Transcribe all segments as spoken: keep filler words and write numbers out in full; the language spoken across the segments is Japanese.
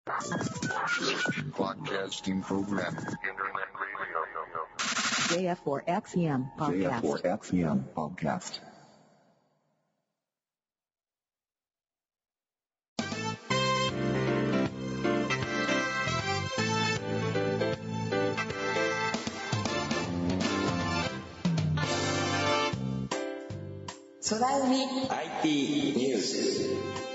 Broadcasting program. ジェイエフフォーエックスエムジェイエフフォーエックスエム podcast. Soraumi アイティー ニュース。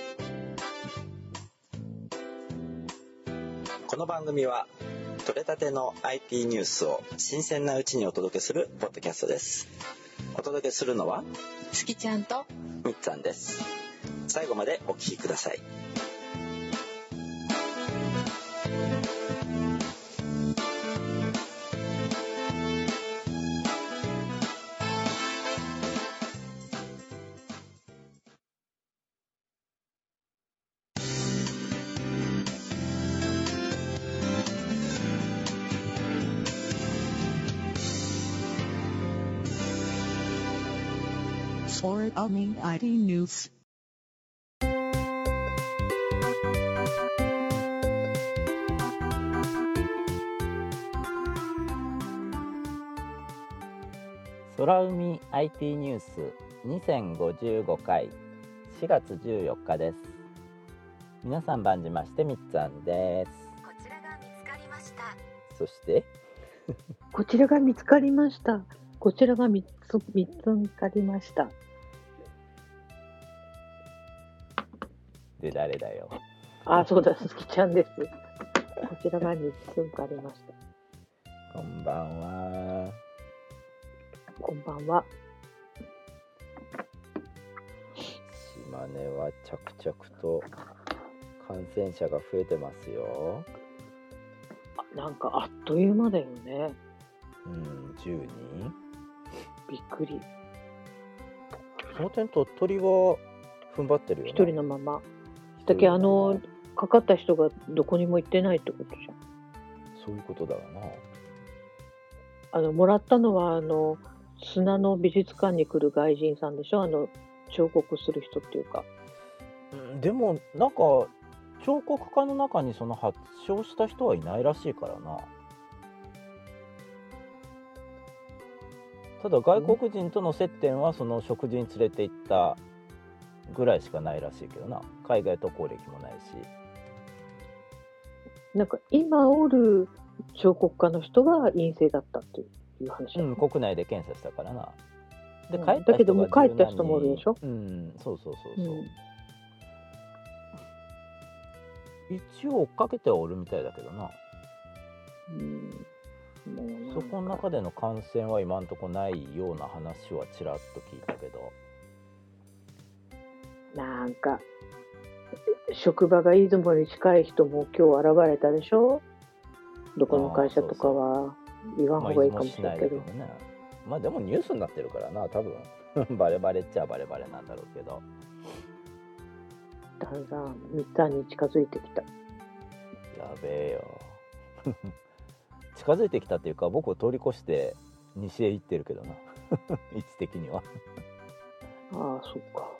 この番組は取れたての アイティー ニュースを新鮮なうちにお届けするポッドキャストです。お届けするのはつきちゃんとみっつぁんです。最後までお聞きください。 Soraumi アイティー ニュース。 空海 アイティー ニュースにせんごじゅうごかいしがつじゅうよっかです。皆さん番じましてみっつぁんです。 こちらが見つかりました。 そしてこちらが見つかりました。こちらがみっつ、みっつ見つかりました。 で誰だよ。 あ、そうだ、すきちゃんです。こちらがみっつ見つかりました。 こんばんは。 こんばんは。 島根は着々と感染者が増えてますよ。 あ、なんかあっという間だよね。 うん、じゅうにん。 びっくり。 その点鳥取は踏ん張ってるよね。 一人のまま。だけどあのかかった人がどこにも行ってないってことじゃん。 そういうことだろうな。 あのもらったのはあの砂の美術館に来る外人さんでしょ。あの彫刻する人っていうか。 うん、でもなんか彫刻家の中にその発症した人はいないらしいからな。ただ外国人との接点はその食事に連れて行ったぐらいしかないらしいけどな。海外渡航歴もないし。 なんか今おる彫刻家の人が陰性だったっていう話だ、ね。 うん、国内で検査したからな。で、 うん帰った人がだけどもう帰った人もおるでしょ。 うん、そうそうそうそう。 うん、 一応追っかけてはおるみたいだけどな。 うんもうなんかそこの中での感染は今んとこないような話はちらっと聞いたけど。 なんか職場が出雲に近い人も今日現れたでしょ。どこの会社とかは言わん方がいいかもしれないけど、 まあ、ね、まあでもニュースになってるからな、多分バレバレっちゃバレバレなんだろうけど、 だんだんみっつに近づいてきた。 やべえよ近づいてきたっていうか、僕を通り越して西へ行ってるけどな位置的にはああ、そっか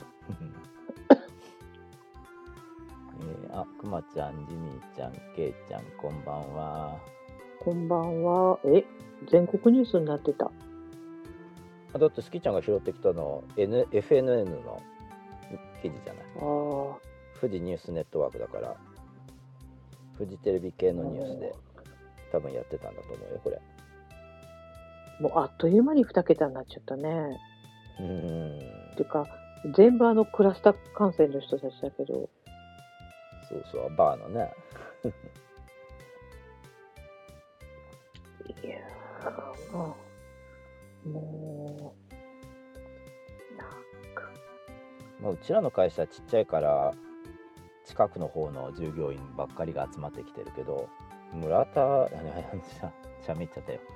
えー、あ、くまちゃん、ジミーちゃん、ケイちゃん、こんばんは。 こんばんは。え、全国ニュースになってた。 あ、だってスキちゃんが拾ってきたの N エフエヌエヌ の記事じゃない。 ああ、 富士ニュースネットワークだから、フジテレビ系のニュースで多分やってたんだと思うよ、これ。 もうあっという間にに桁になっちゃったね。 うーん、 てか全部あのクラスター感染の人たちだけど。 そうそう、バーのねいやー、もうもうなんか、 まあ、うちらの会社ちっちゃいから近くの方の従業員ばっかりが集まってきてるけど、村田しゃしゃべっちゃったよ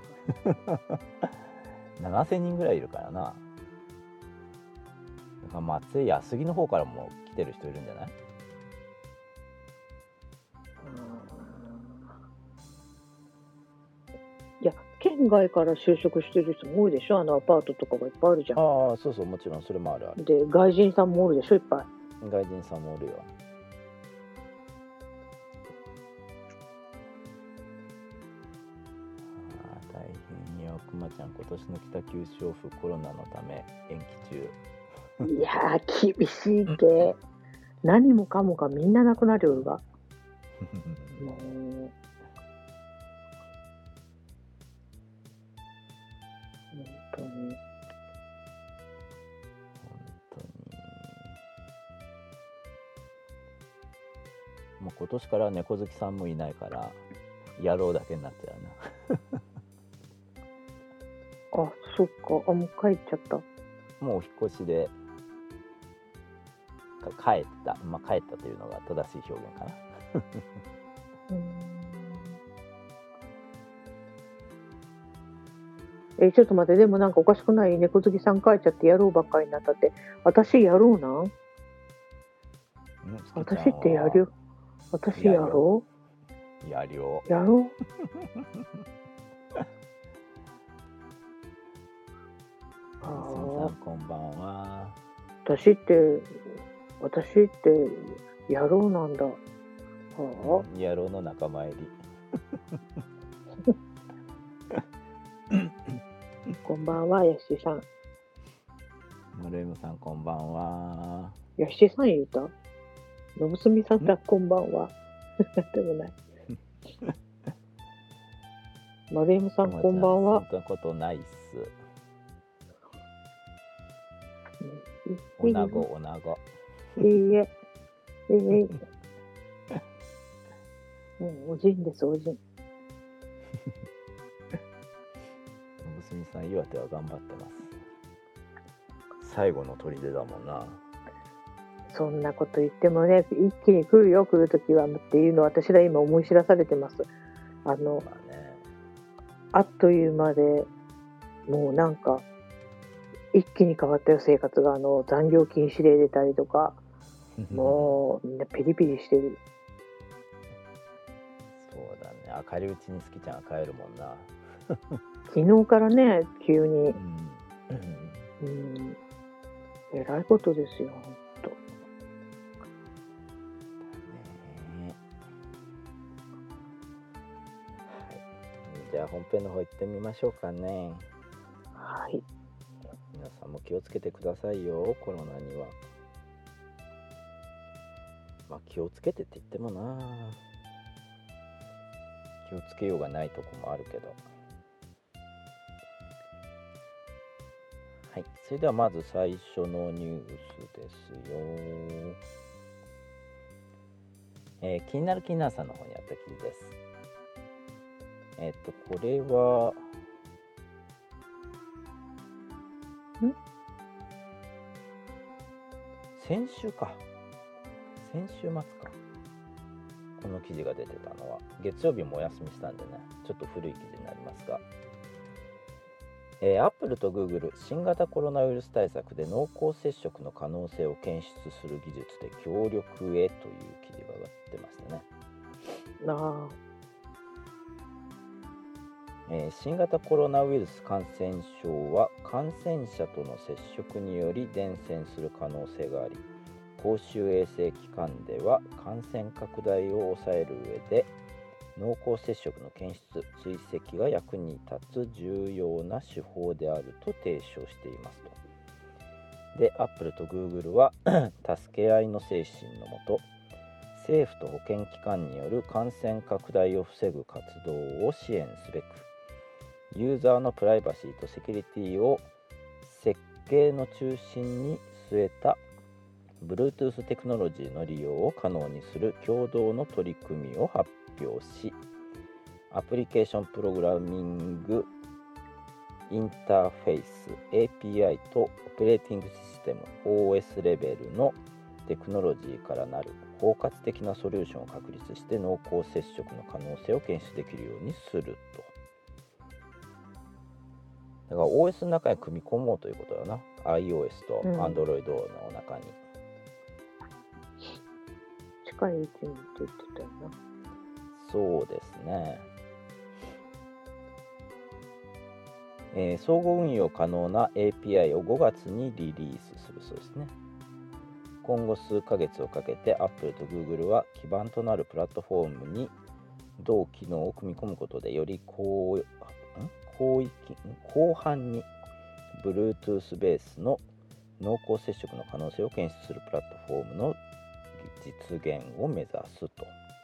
ななせんにんぐらいいるからな。だから松江安木の方からも来てる人いるんじゃない？ いや県外から就職してる人も多いでしょ。あのアパートとかがいっぱいあるじゃん。 ああ、そうそう、もちろんそれもあるある。 で外人さんもおるでしょ、いっぱい。 外人さんもおるよ。 変よ、くまちゃん、今年の北九州オフコロナのため延期中。 いやー、厳しいけ。何もかもがみんななくなるよが。もう。本当に。 本当に。もう今年から猫好きさんもいないから野郎だけになっちゃうな。 あ、そっか。あ、もう帰っちゃった。 もうお引っ越しでか帰った、まあ、帰ったというのが正しい表現かな。 うーんえ、ちょっと待って、でもなんかおかしくない？猫好きさん帰っちゃってやろうばっかりになったって。私やろうなん？ うん私ってやるよ。私やろやりょうやろうう。すみさんこんばんは。 私って私ってやろうなんだ。はあ、 野郎の仲間入り。 こんばんは、やしさん。 マルエムさんこんばんは。 やしさん言うた？のぶすみさんだ、こんばんは。でもない。マルエムさんこんばんは。 そんなことないっす。 うんおなごおなご。 いいえ。いいえ。うん、おじんです、おじん。 のぶすみさん、岩手は頑張ってます。最後の砦だもんな。 そんなこと言ってもね、一気に来るよ、来るときはっていうのを私ら今思い知らされてます。あの、 まあね、 あっという間で、もうなんか、一気に変わったよ、生活が。あの、残業禁止令出たりとか、もうみんなピリピリしてる。 そうだね、明るいうちに好きちゃんは帰るもんな。 昨日からね、急に。 うんうん。えらいことですよ、ほんと。 ねはい、じゃあ本編の方行ってみましょうかね。 はい。 皆さんも気をつけてくださいよ、コロナには。まあ気をつけてって言ってもな、気をつけようがないとこもあるけど。はい、それではまず最初のニュースですよ。えー、気になる気になるさんの方にあった記事です。えっとこれはん先週か先週末かこの記事が出てたのは。月曜日もお休みしたんでね、ちょっと古い記事になりますが、えー、Apple と Google 新型コロナウイルス対策で濃厚接触の可能性を検出する技術で協力へという記事が出ましたね。 あえー、新型コロナウイルス感染症は感染者との接触により伝染する可能性があり、公衆衛生機関では感染拡大を抑える上で濃厚接触の検出・追跡が役に立つ重要な手法であると提唱していますと。で、Apple と Google は助け合いの精神のもと、政府と保健機関による感染拡大を防ぐ活動を支援すべく、ユーザーのプライバシーとセキュリティを設計の中心に据えた Bluetooth テクノロジーの利用を可能にする共同の取り組みを発表し、アプリケーションプログラミングインターフェイス エーピーアイ とオペレーティングシステム オーエス レベルのテクノロジーからなる包括的なソリューションを確立して濃厚接触の可能性を検出できるようにすると。だから オーエス の中に組み込もうということだな。 iOS と Android の中に、 あ、近いうちにって言ってたよな。 そうですね、えー、相互運用可能な エーピーアイ をごがつにリリースするそうですね。今後数ヶ月をかけて Apple と Google は基盤となるプラットフォームに同機能を組み込むことでより高広域広範に Bluetooth ベースの濃厚接触の可能性を検出するプラットフォームの実現を目指すと。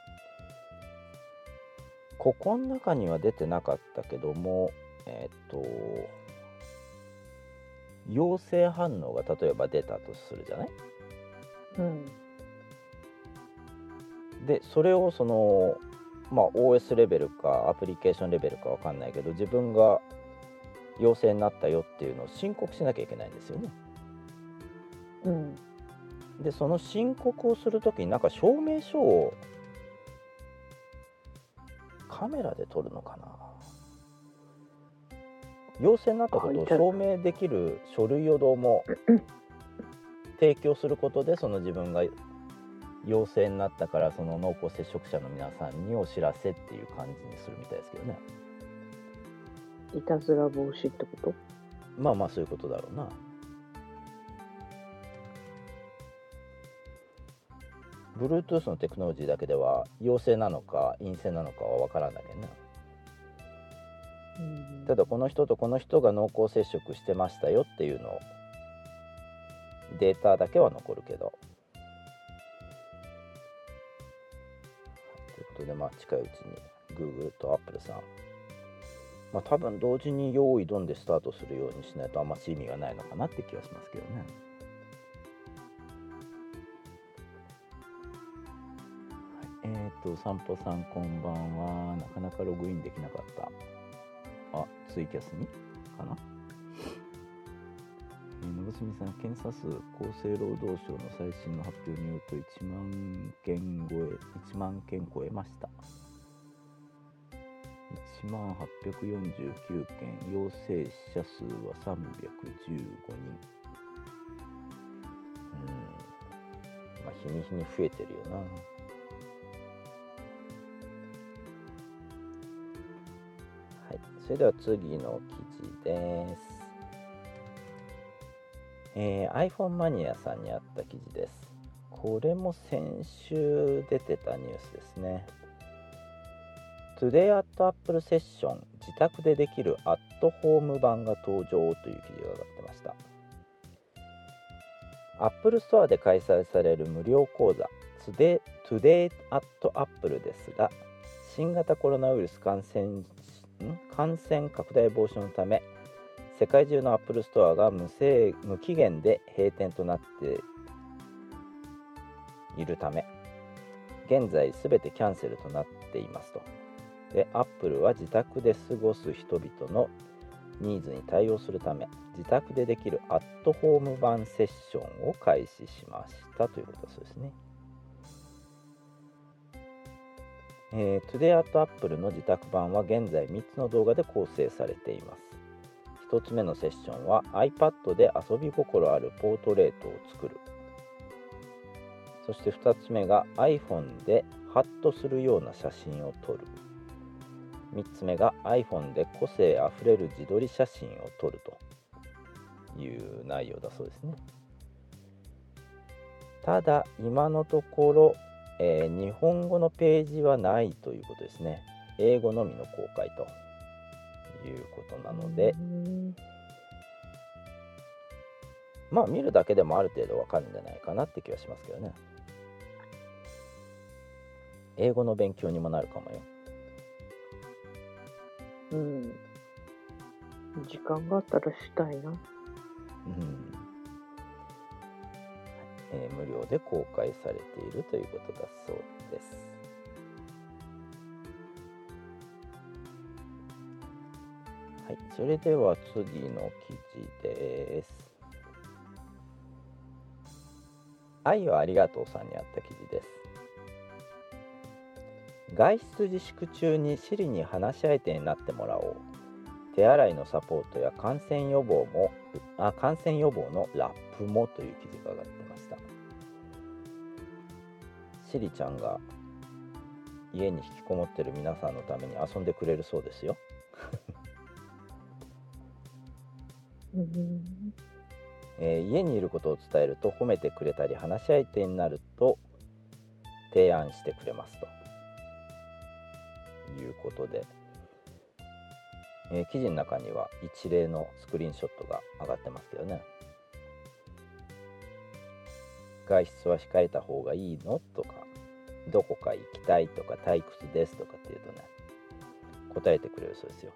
ここの中には出てなかったけども、えっと陽性反応が例えば出たとするじゃない。 うん。 でそれをそのまあ オーエス レベルかアプリケーションレベルかわかんないけど、自分が陽性になったよっていうのを申告しなきゃいけないんですよね。 うん。 でその申告をするときになんか証明書をカメラで撮るのかな。陽性になったことを証明できる書類をどうも提供することで、その自分が陽性になったからその濃厚接触者の皆さんにお知らせっていう感じにするみたいですけどね。 いたずら防止ってこと？ まあまあそういうことだろうな。Bluetooth のテクノロジーだけでは陽性なのか陰性なのかは分からないけどね。うん、ただこの人とこの人が濃厚接触してましたよっていうのをデータだけは残るけど、ということでまあ近いうちに Google と Apple さん、まあ多分同時に用意ドンでスタートするようにしないとあんまし意味がないのかなって気がしますけどね。えっと散歩さんこんばんは。なかなかログインできなかった。あ、ツイキャスにかな。えー、のぶすみさん、検査数厚生労働省の最新の発表によるといちまんけん超えいちまんけん超えました。いちまんはっぴゃくよんじゅうきゅうけん、陽性者数はさんびゃくじゅうごにん。うん、まあ日に日に増えてるよな。それでは次の記事です。えー、iPhone マニアさんにあった記事です。これも先週出てたニュースですね。Today at Apple Session 自宅でできるアットホーム版が登場という記事が上がってました。Apple Store で開催される無料講座 Today, Today at Apple ですが、新型コロナウイルス感染感染拡大防止のため世界中のアップルストアが無制無期限で閉店となっているため、現在すべてキャンセルとなっていますと。で、アップルは自宅で過ごす人々のニーズに対応するため、自宅でできるアットホーム版セッションを開始しましたということだそうですね。えー、Today at Apple の自宅版は現在みっつの動画で構成されています。ひとつめのセッションは iPad で遊び心あるポートレートを作る。そしてふたつめが iPhone でハッとするような写真を撮る。みっつめが iPhone で個性あふれる自撮り写真を撮るという内容だそうですね。ただ今のところえー、日本語のページはないということですね。英語のみの公開ということなので、まあ見るだけでもある程度わかるんじゃないかなって気はしますけどね。英語の勉強にもなるかもよ。 うん。時間があったらしたいな。うん。 えー、無料で公開されているということだそうです。はい、それでは次の記事です。愛はありがとうさんにあった記事です。外出自粛中に Siri に話し相手になってもらおう。手洗いのサポートや感染予防もあ感染予防のラップもという記事が上がってました。シリちゃんが家に引きこもってる皆さんのために遊んでくれるそうですよ。えー、家にいることを伝えると褒めてくれたり話し相手になると提案してくれますということで、 えー記事の中には一例のスクリーンショットが上がってますけどね。外出は控えた方がいいのとか、どこか行きたいとか退屈ですとかっていうとね、答えてくれるそうですよ。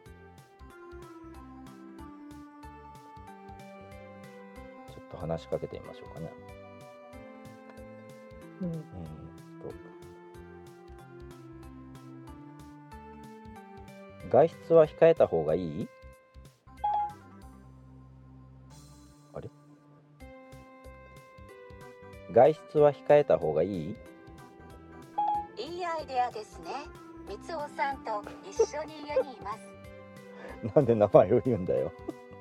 ちょっと話しかけてみましょうかね。 うん、 えーっと外出は控えた方がいい？あれ？外出は控えた方がいい？ いいアイデアですね。三尾さんと一緒に家にいます。 なんで名前を言うんだよ。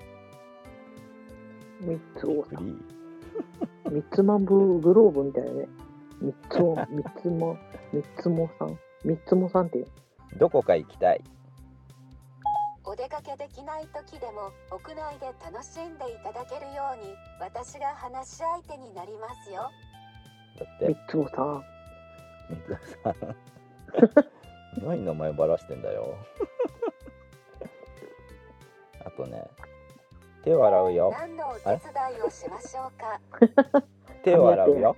三つおフリー。 三つまぶグローブみたいなね。三つお、三つも、三つもさん。三つもさんっていう。 どこか行きたい。 お出かけできない時でも屋内で楽しんでいただけるように私が話し相手になりますよ。 だって三つもさん。 三つさん何名前ばらしてんだよあとね、手を洗うよ。 何のお手伝いをしましょうか。 手を洗うよ。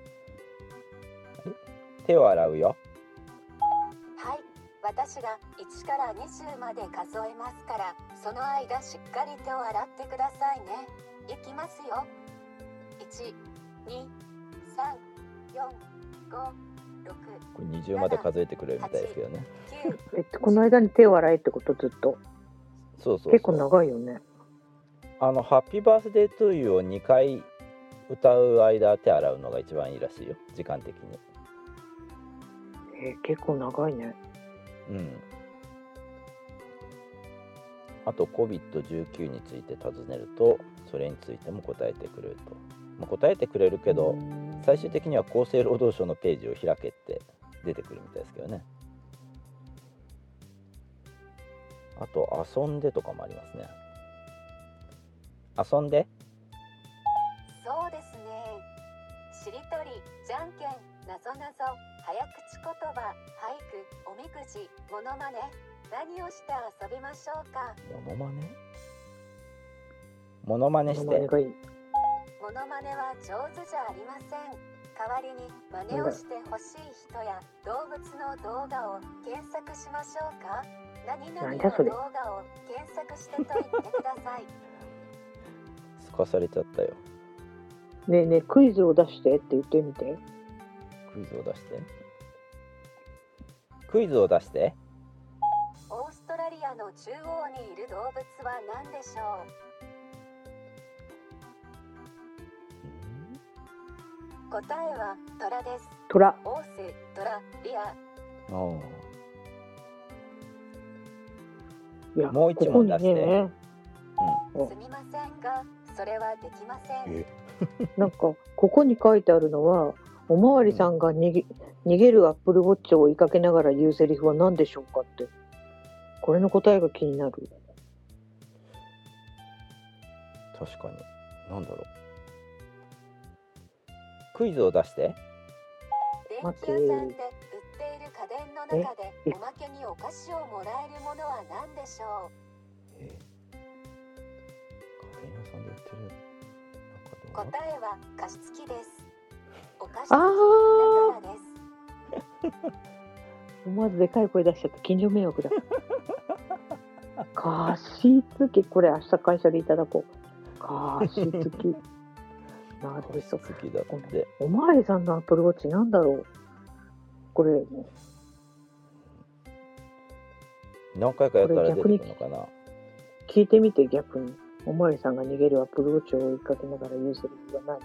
手を洗うよ。 はい、私がいちからにじゅうまで数えますから、その間しっかり手を洗ってくださいね。いきますよ。いち、に、さん、よん、ご、ろく、 これにじゅうまで数えてくれるみたいですけどね。 きゅう、 えっと、この間に手を洗えってことずっと。 そうそうそう。 結構長いよね。 あのハッピーバースデートゥーユーをにかい歌う間手洗うのが一番いいらしいよ、時間的に。 えー結構長いね。 うん。あと コビッドじゅうきゅう について尋ねると、それについても答えてくれると。まあ、答えてくれるけど、 うん最終的には厚生労働省のページを開けって出てくるみたいですけどね。あと遊んでとかもありますね。遊んで。 そうですね。しりとり、じゃんけん、なぞなぞ、早口言葉、俳句、おみくじ、モノマネ、何をして遊びましょうか。 モノマネモノマネして。 名前がいい。 モノマネは上手じゃありません。代わりに真似をしてほしい人や動物の動画を検索しましょうか。何々のなんだそれ動画を検索してと言ってください。 すかされちゃったよ。 ねえねえ、クイズを出してって言ってみて。 クイズを出して。クイズを出して。 オーストラリアの中央にいる動物は何でしょう。答えはトラです。 トラ。 オーストラリア。 ああ。 いや、 もう一問出してここにね、おすみませんが、それはできません。 えなんかここに書いてあるのは、おまわりさんが逃げ、逃げるアップルウォッチを追いかけながら言うセリフは何でしょうかって。これの答えが気になる。 確かに。なんだろう。クイズを出して。 電気屋さんで売っている家電の中でえおまけにお菓子をもらえるものは何でしょえ家電屋さんで売ってるう。 中で答えは加湿器です。お菓子あ付きだからです。 思わずでかい声出しちゃった。近所迷惑だ。加湿器、これ明日会社でいただこう。加湿器。なるほど。 好きだって。 おまわりさんのアップルウォッチなんだろう。これ何回かやったら出てくるのかな。 聞いてみて、逆におまわりさんが逃げるアップルウォッチを追いかけながら言うセリフは何って。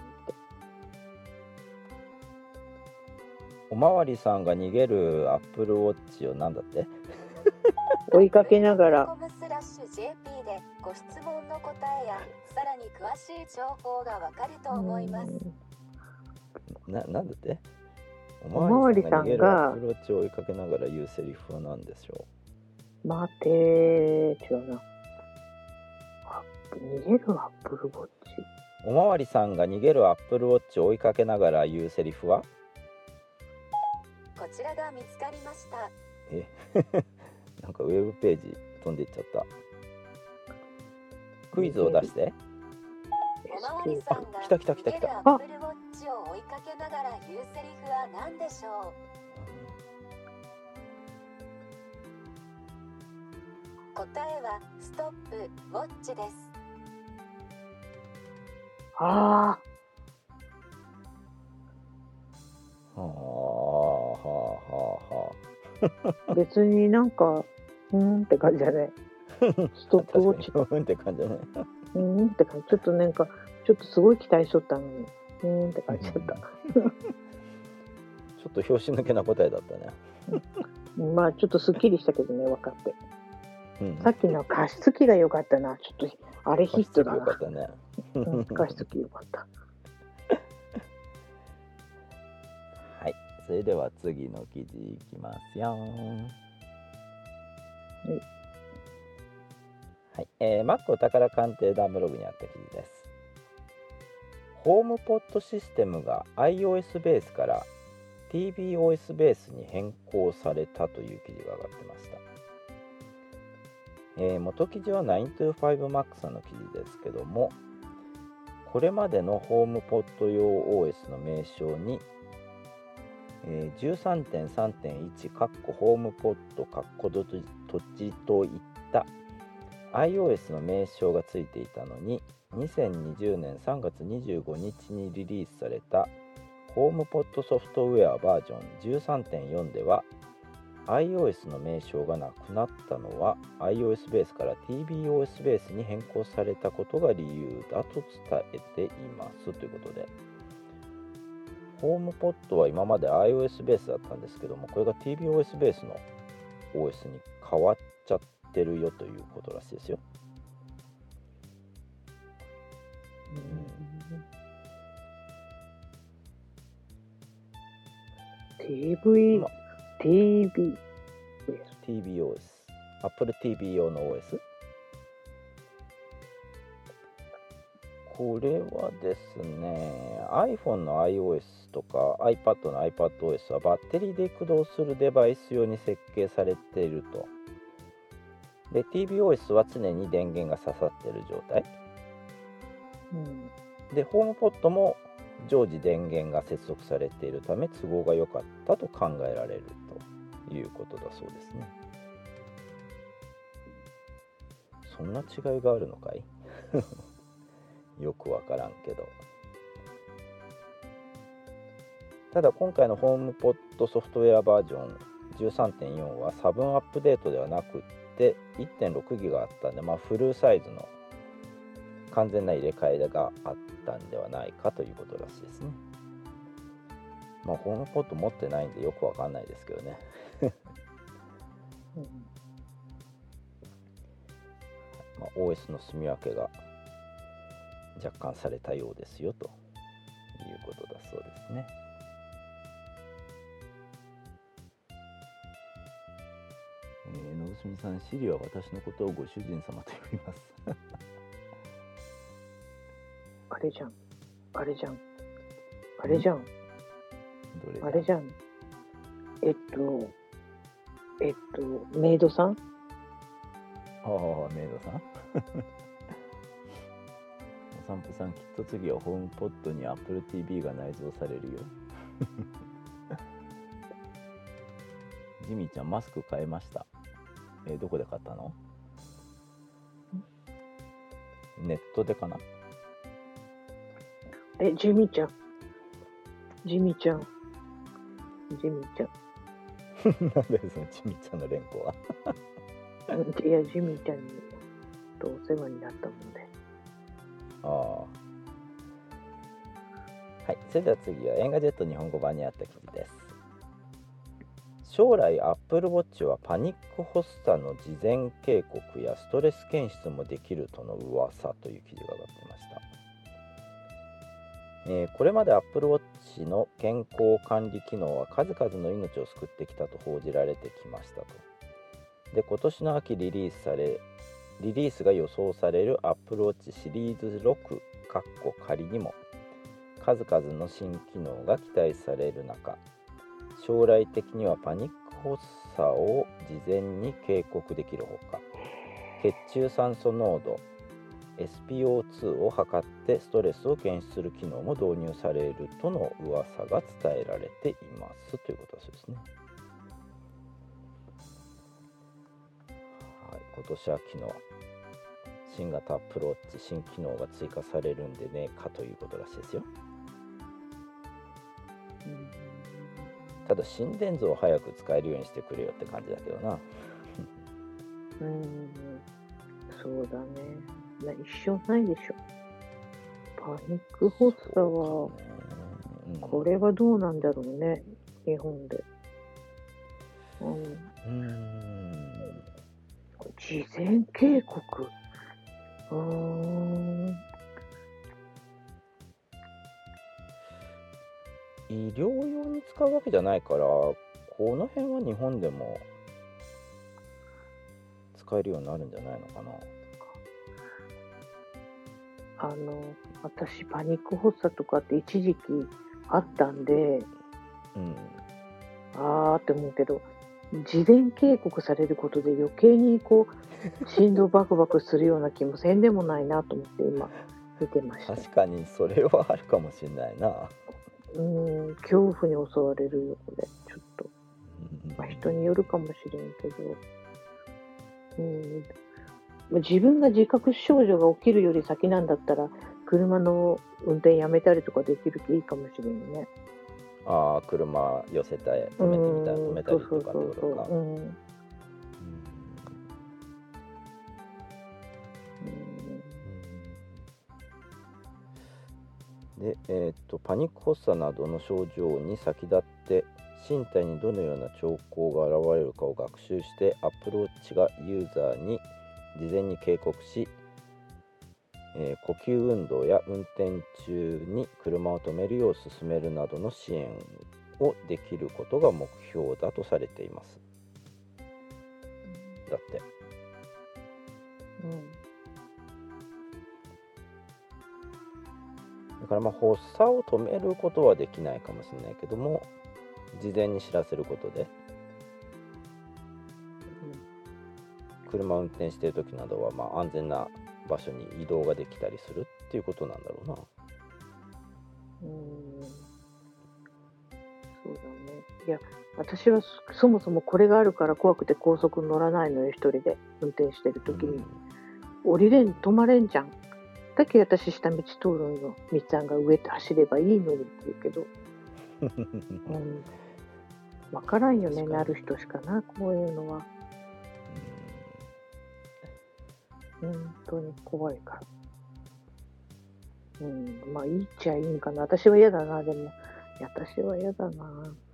おまわりさんが逃げるアップルウォッチをなんだって。 追いかけながら。 コムスラッシュ ジェーピー でご質問の答えやさらに詳しい情報がわかると思います。 な、なんだっておおまわりさんが逃げるアップルウォッチを追いかけながら言うセリフは何でしょ待てー、違うな。あ逃げるアップルウォッチ。 う。おまわりさんが逃げるアップルウォッチを追いかけながら言うセリフは。 こちらが見つかりました。 えなんかウェブページ飛んでいっちゃった。 クイズを出して。 おまわりさんがあ来た来た来た来た逃げるアップルウォッチを追いかけながら言うセリフは何でしょう。答えはストップウォッチです。 あはあはあはあ、別になんか、うーんって感じだね。ストップウォッチ。 確かにうんって感じだね。 うーんって感じ。ちょっとなんか、ちょっとすごい期待しとったのに、うーんって感じだった。 ちょっと拍子抜けな答えだったね。 まあちょっとすっきりしたけどね、分かって。 うん、 さっきの加湿器が良かったな。ちょっとあれヒットだな。 よかったね。 うん、加湿器良かった。 はい、それでは次の記事いきますよ。はい、はい、えー、Mac お宝鑑定団ブログにあった記事です。ホームポットシステムが iOS ベースから tvOS ベースに変更されたという記事が上がってました。えー、元記事は ナイントゥーファイブマック さんの記事ですけども、これまでのホームポット用 オーエス の名称に、えー、じゅうさんてんさんてんいち ホームポット土地といった iOS の名称がついていたのに、にせんにじゅうねんさんがつにじゅうごにちにリリースされたホームポットソフトウェアバージョン じゅうさんてんよん ではiOS の名称がなくなったのは iOS ベースから tvOS ベースに変更されたことが理由だと伝えていますということで、ホームポットは今まで iOS ベースだったんですけども、これが tvOS ベースの オーエス に変わっちゃってるよということらしいですよ。 うん、TV、ま、ティービー、 ティービーオーエス、Apple ティービー 用の オーエス。これはですね、iPhone の iOS とか iPad の iPadOS はバッテリーで駆動するデバイス用に設計されていると。で、ティービーオーエス は常に電源が刺さっている状態。うん、で、ホームポットも常時電源が接続されているため都合が良かったと考えられるということだそうですね。そんな違いがあるのかいよくわからんけど。ただ今回のホームポットソフトウェアバージョン じゅうさんてんよん は差分アップデートではなくって いってんろくギガ あったんで、まあ、フルサイズの完全な入れ替えがあったんではないかということらしいですね。まあホームポット持ってないんでよくわかんないですけどね、うんまあ、オーエス の住み分けが若干されたようですよということだそうですね。えー、野住さん、シリは私のことをご主人様と呼びますあれじゃんあれじゃんあれじゃんどれあれじゃんえっとえっとメイドさん。 ああ、メイドさんお散歩さん、きっと次はホームポットに Apple ティービー が内蔵されるよジミーちゃん、マスク買えました。えー、どこで買ったの？ネットでかな？ え、ジミーちゃんジミーちゃんジミーちゃんなんでそのジミーちゃんの連呼はいや、ジミーちゃんにとお世話になったもんで。 ああ。はい、それでは次はエンガジェット日本語版にあった記事です。将来 Apple Watch はパニック発作の事前警告やストレス検出もできるとの噂という記事が上がっていました。えー、これまで Apple Watch の健康管理機能は数々の命を救ってきたと報じられてきましたと。で、今年の秋リリースされリリースが予想される Apple Watch シリーズろく仮にも数々の新機能が期待される中、将来的にはパニック発作を事前に警告できるほか、血中酸素濃度、 エスピーオーツー を測ってストレスを検出する機能も導入されるとの噂が伝えられていますということだそうですね。はい、今年秋の新型アプローチ新機能が追加されるんでねかということらしいですよ。ただ心電図を早く使えるようにしてくれよって感じだけどな。 うん、そうだね。な一生ないでしょ。パニック発作は、 ねうん、 これはどうなんだろうね、日本で。うん、 うーん事前警告。うーん。 医療用に使うわけじゃないから、この辺は日本でも使えるようになるんじゃないのかな。 あの、私、パニック発作とかって一時期あったんで、 うんあーって思うけど、事前警告されることで余計にこう、心臓バクバクするような気もせんでもないなと思って今、見てました。 確かにそれはあるかもしれないな。 うーん、恐怖に襲われるよ、これ。ちょっと。まあ、人によるかもしれんけど。うん自分が自覚症状が起きるより先なんだったら車の運転やめたりとかできるといいかもしれんね。 ああ、車寄せたい止めてみたい止めたりとかってことか。 うんうんうんで、えー、とパニック発作などの症状に先立って身体にどのような兆候が現れるかを学習してアプローチがユーザーに事前に警告し、えー呼吸運動や運転中に車を止めるよう進めるなどの支援をできることが目標だとされています。だってうんだからまあ発作を止めることはできないかもしれないけども、事前に知らせることで車を運転している時などはまあ安全な場所に移動ができたりするっていうことなんだろうな。 うんそうだね。いや、私はそそもそもこれがあるから怖くて高速乗らないのよ、一人で運転してる時に。降りれん、止まれんじゃん。だけど私下道通るんよ。みっちゃんが上って走ればいいのにって言うけど。うん。わからんよね、 確かになる人しかな、こういうのは。本当に怖いから。うん、まあいいっちゃいいんかな。私は嫌だな、でも。いや、私は嫌だな。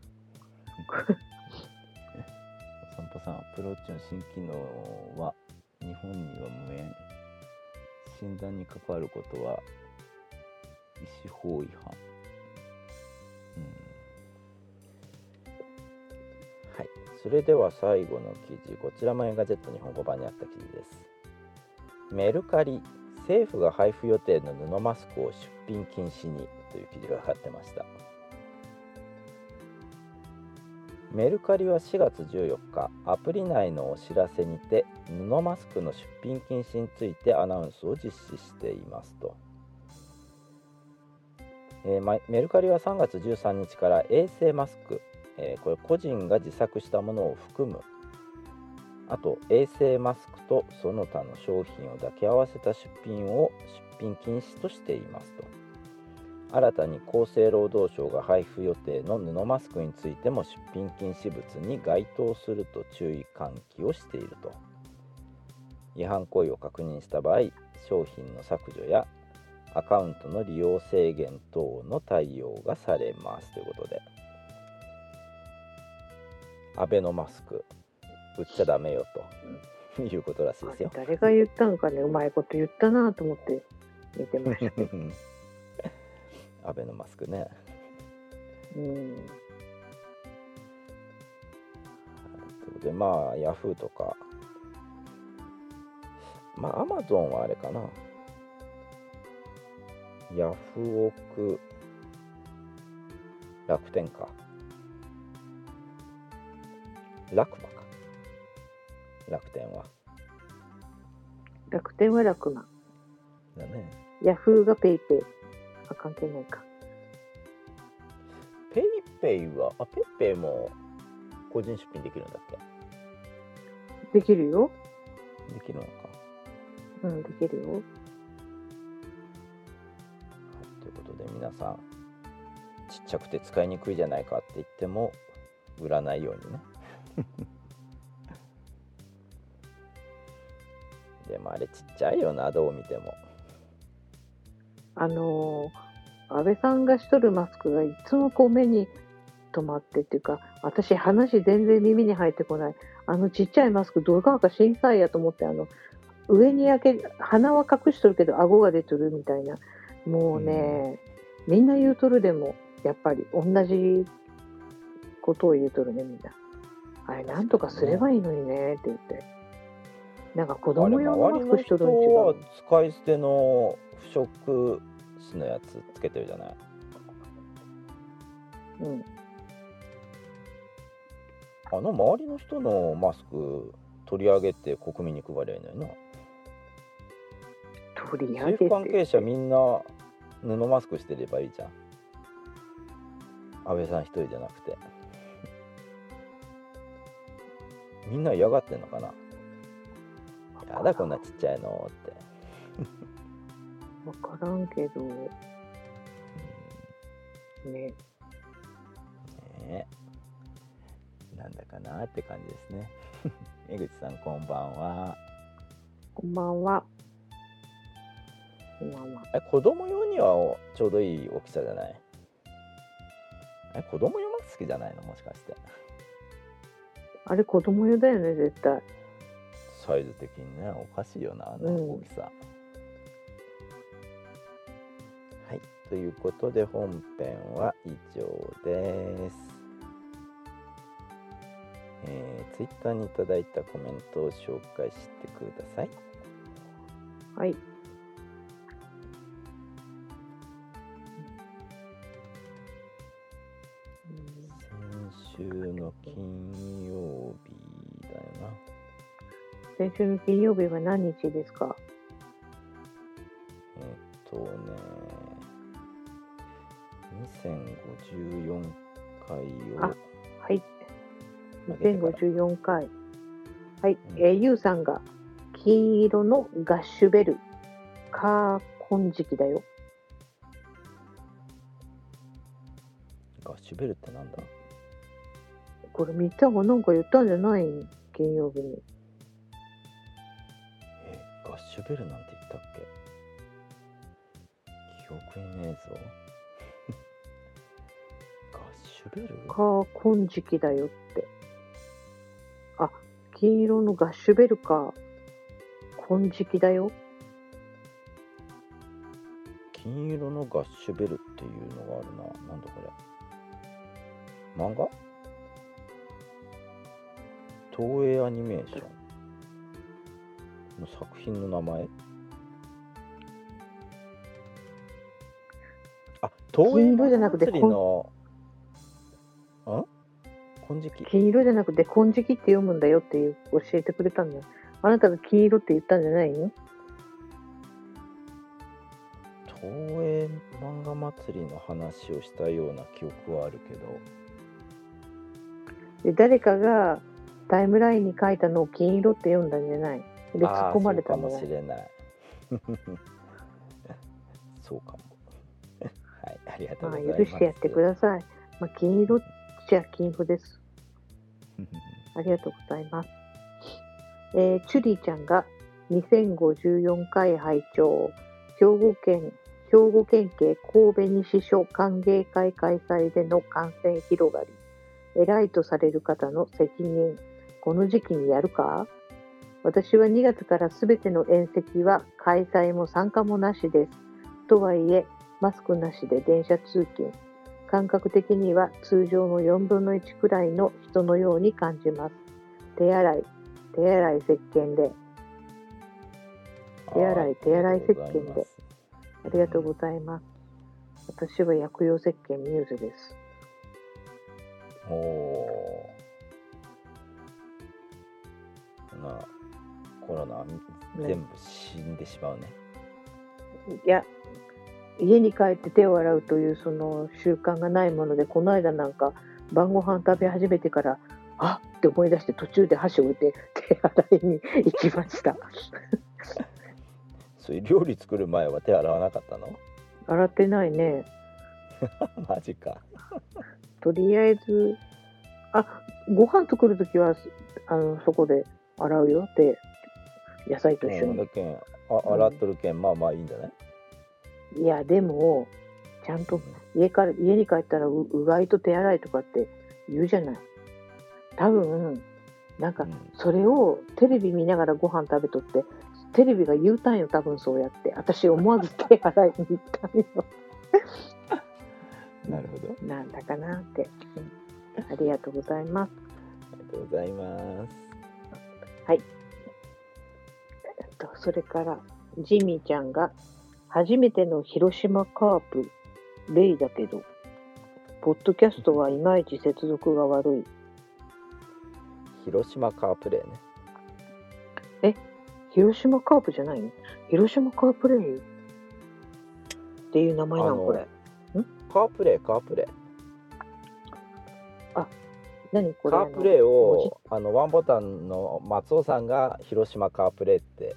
お散歩さん、アプローチの新機能は日本には無縁。診断に関わることは医師法違反。うんはい、それでは最後の記事、こちらもエンガジェット日本語版にあった記事です。メルカリ、政府が配布予定の布マスクを出品禁止にという記事が上がってました。メルカリはしがつじゅうよっか、アプリ内のお知らせにて布マスクの出品禁止についてアナウンスを実施していますと。えーま、メルカリはさんがつじゅうさんにちから衛生マスク、えーこれ個人が自作したものを含む、あと衛生マスクとその他の商品を抱き合わせた出品を出品禁止としていますと。新たに厚生労働省が配布予定の布マスクについても出品禁止物に該当すると注意喚起をしていると。違反行為を確認した場合、商品の削除やアカウントの利用制限等の対応がされますということで、アベノマスク売っちゃダメよということらしいですよ。 誰が言ったんかね、うまいこと言ったなと思って見てました。 アベノマスクね。 うん。 ということで、まあヤフーとか、まあアマゾンはあれかな。ヤフオク、楽天か。楽マか。楽天は。 楽天は楽な。 だね。 ヤフーがペイペイ。あ、関係ないか。 ペイペイは、あ、ペイペイも個人出品できるんだっできるよ。 け？できるのか。 うん、できるよ。 はい、ということで皆さん、ちっちゃくて使いにくいじゃないかって言っても売らないようにね。でもあれちっちゃいよな、どう見ても。 あのー、安倍さんがしとるマスクがいつもこう目に止まってっていうか、私話全然耳に入ってこない。あのちっちゃいマスクどうかか震災やと思って、あの上に開け、鼻は隠しとるけど顎が出とるみたいな。もうね、うん、みんな言うとるでも、やっぱり同じことを言うとるね、みんな。あれなんとかすればいいのにねって言って。なんか子供用のマスクしとるん違う。 は使い捨ての不織紙のやつつけてるじゃない。 うん。 あの周りの人のマスク取り上げて国民に配りゃいいのにな。 取り上げて。 政府関係者みんな布マスクしてればいいじゃん。安倍さん一人じゃなくて。みんな嫌がってんのかな。やだこんなちっちゃいのって。 分からんけど、うん、ねねなんだかなって感じですね。江口さんこんばんは。 こんばんは。こんばんは。 え、子供用にはちょうどいい大きさじゃない？え、子供用マスクじゃないのもしかして。 あれ子供用だよね絶対。 サイズ的にね、おかしいよなあの大きさ、うん、はい、ということで本編は以上です。えー、ツイッターにいただいたコメントを紹介してください。 はい。 先週の金曜日だよな。 先週の金曜日は何日ですか？ えっとね、にせんごじゅうよんかいを、 あ、はい、にせんごじゅうよんかい、はい、うん、えー、ゆうさんが金色のガッシュベル、カー金色だよ。 ガッシュベルってなんだ？ これみっちゃんがなんか言ったんじゃない？金曜日に。 ガッシュベルなんて言ったっけ？記憶にねえぞ。ガッシュベル？ カー金色だよって。あ、金色のガッシュベルか。金色だよ。 金色のガッシュベルっていうのがあるな。なんだこれ。漫画？東映アニメーションの作品の名前？あ、東映祭りのん？金色？ 金色じゃなくて金色って読むんだよっていう教えてくれたんだよ。あなたが金色って言ったんじゃないの？ 東映漫画祭りの話をしたような記憶はあるけど。 で誰かがタイムラインに書いたのを金色って読んだんじゃない？で突っ込まれたんだよ。 そうかもしれない。そうかも。はい、ありがとうございます。 まあ、許してやってください。まあ、金色っちゃ金色です。ありがとうございます。えー、チュリーちゃんがにせんごじゅうよんかい拝聴。兵庫県兵庫県警神戸西署歓迎会開催での感染広がり。偉いとされる方の責任。この時期にやるか？私はにがつからすべての宴席は開催も参加もなしです。とはいえ、マスクなしで電車通勤。感覚的には通常のよんぶんのいちくらいの人のように感じます。手洗い、手洗い石鹸で。手洗い、手洗い石鹸で。ありがとうございます。私は薬用石鹸ミューズです。 おお。なコロナ全部死んでしまうね。 いや、家に帰って手を洗うというその習慣がないもので、この間なんか晩ご飯食べ始めてからあっって思い出して途中で箸を置いて手洗いに行きました。 そういう料理作る前は手洗わなかったの？ 洗ってないね。 マジか。 とりあえずあご飯作るときはあのそこで洗うよって野菜と一緒に。 うん、だけんあ洗っとるけん、うん、まあまあいいんじゃない？ いやでもちゃんと家から家に帰ったら う, うがいと手洗いとかって言うじゃない。多分なんかそれをテレビ見ながらご飯食べとってテレビが言うたんよ。多分そうやって私思わず手洗いに行ったんよ。 なるほど。 なんだかなって、うん、ありがとうございます。 ありがとうございます。 はい。それからジミーちゃんが初めての広島カープレイだけどポッドキャストはいまいち接続が悪い。 広島カープレイね。 え、広島カープじゃないの？広島カープレイっていう名前なのこれ？ ん？カープレイカープレイ。 あ、何これ？ カープレイをあのワンボタンの松尾さんが広島カープレイって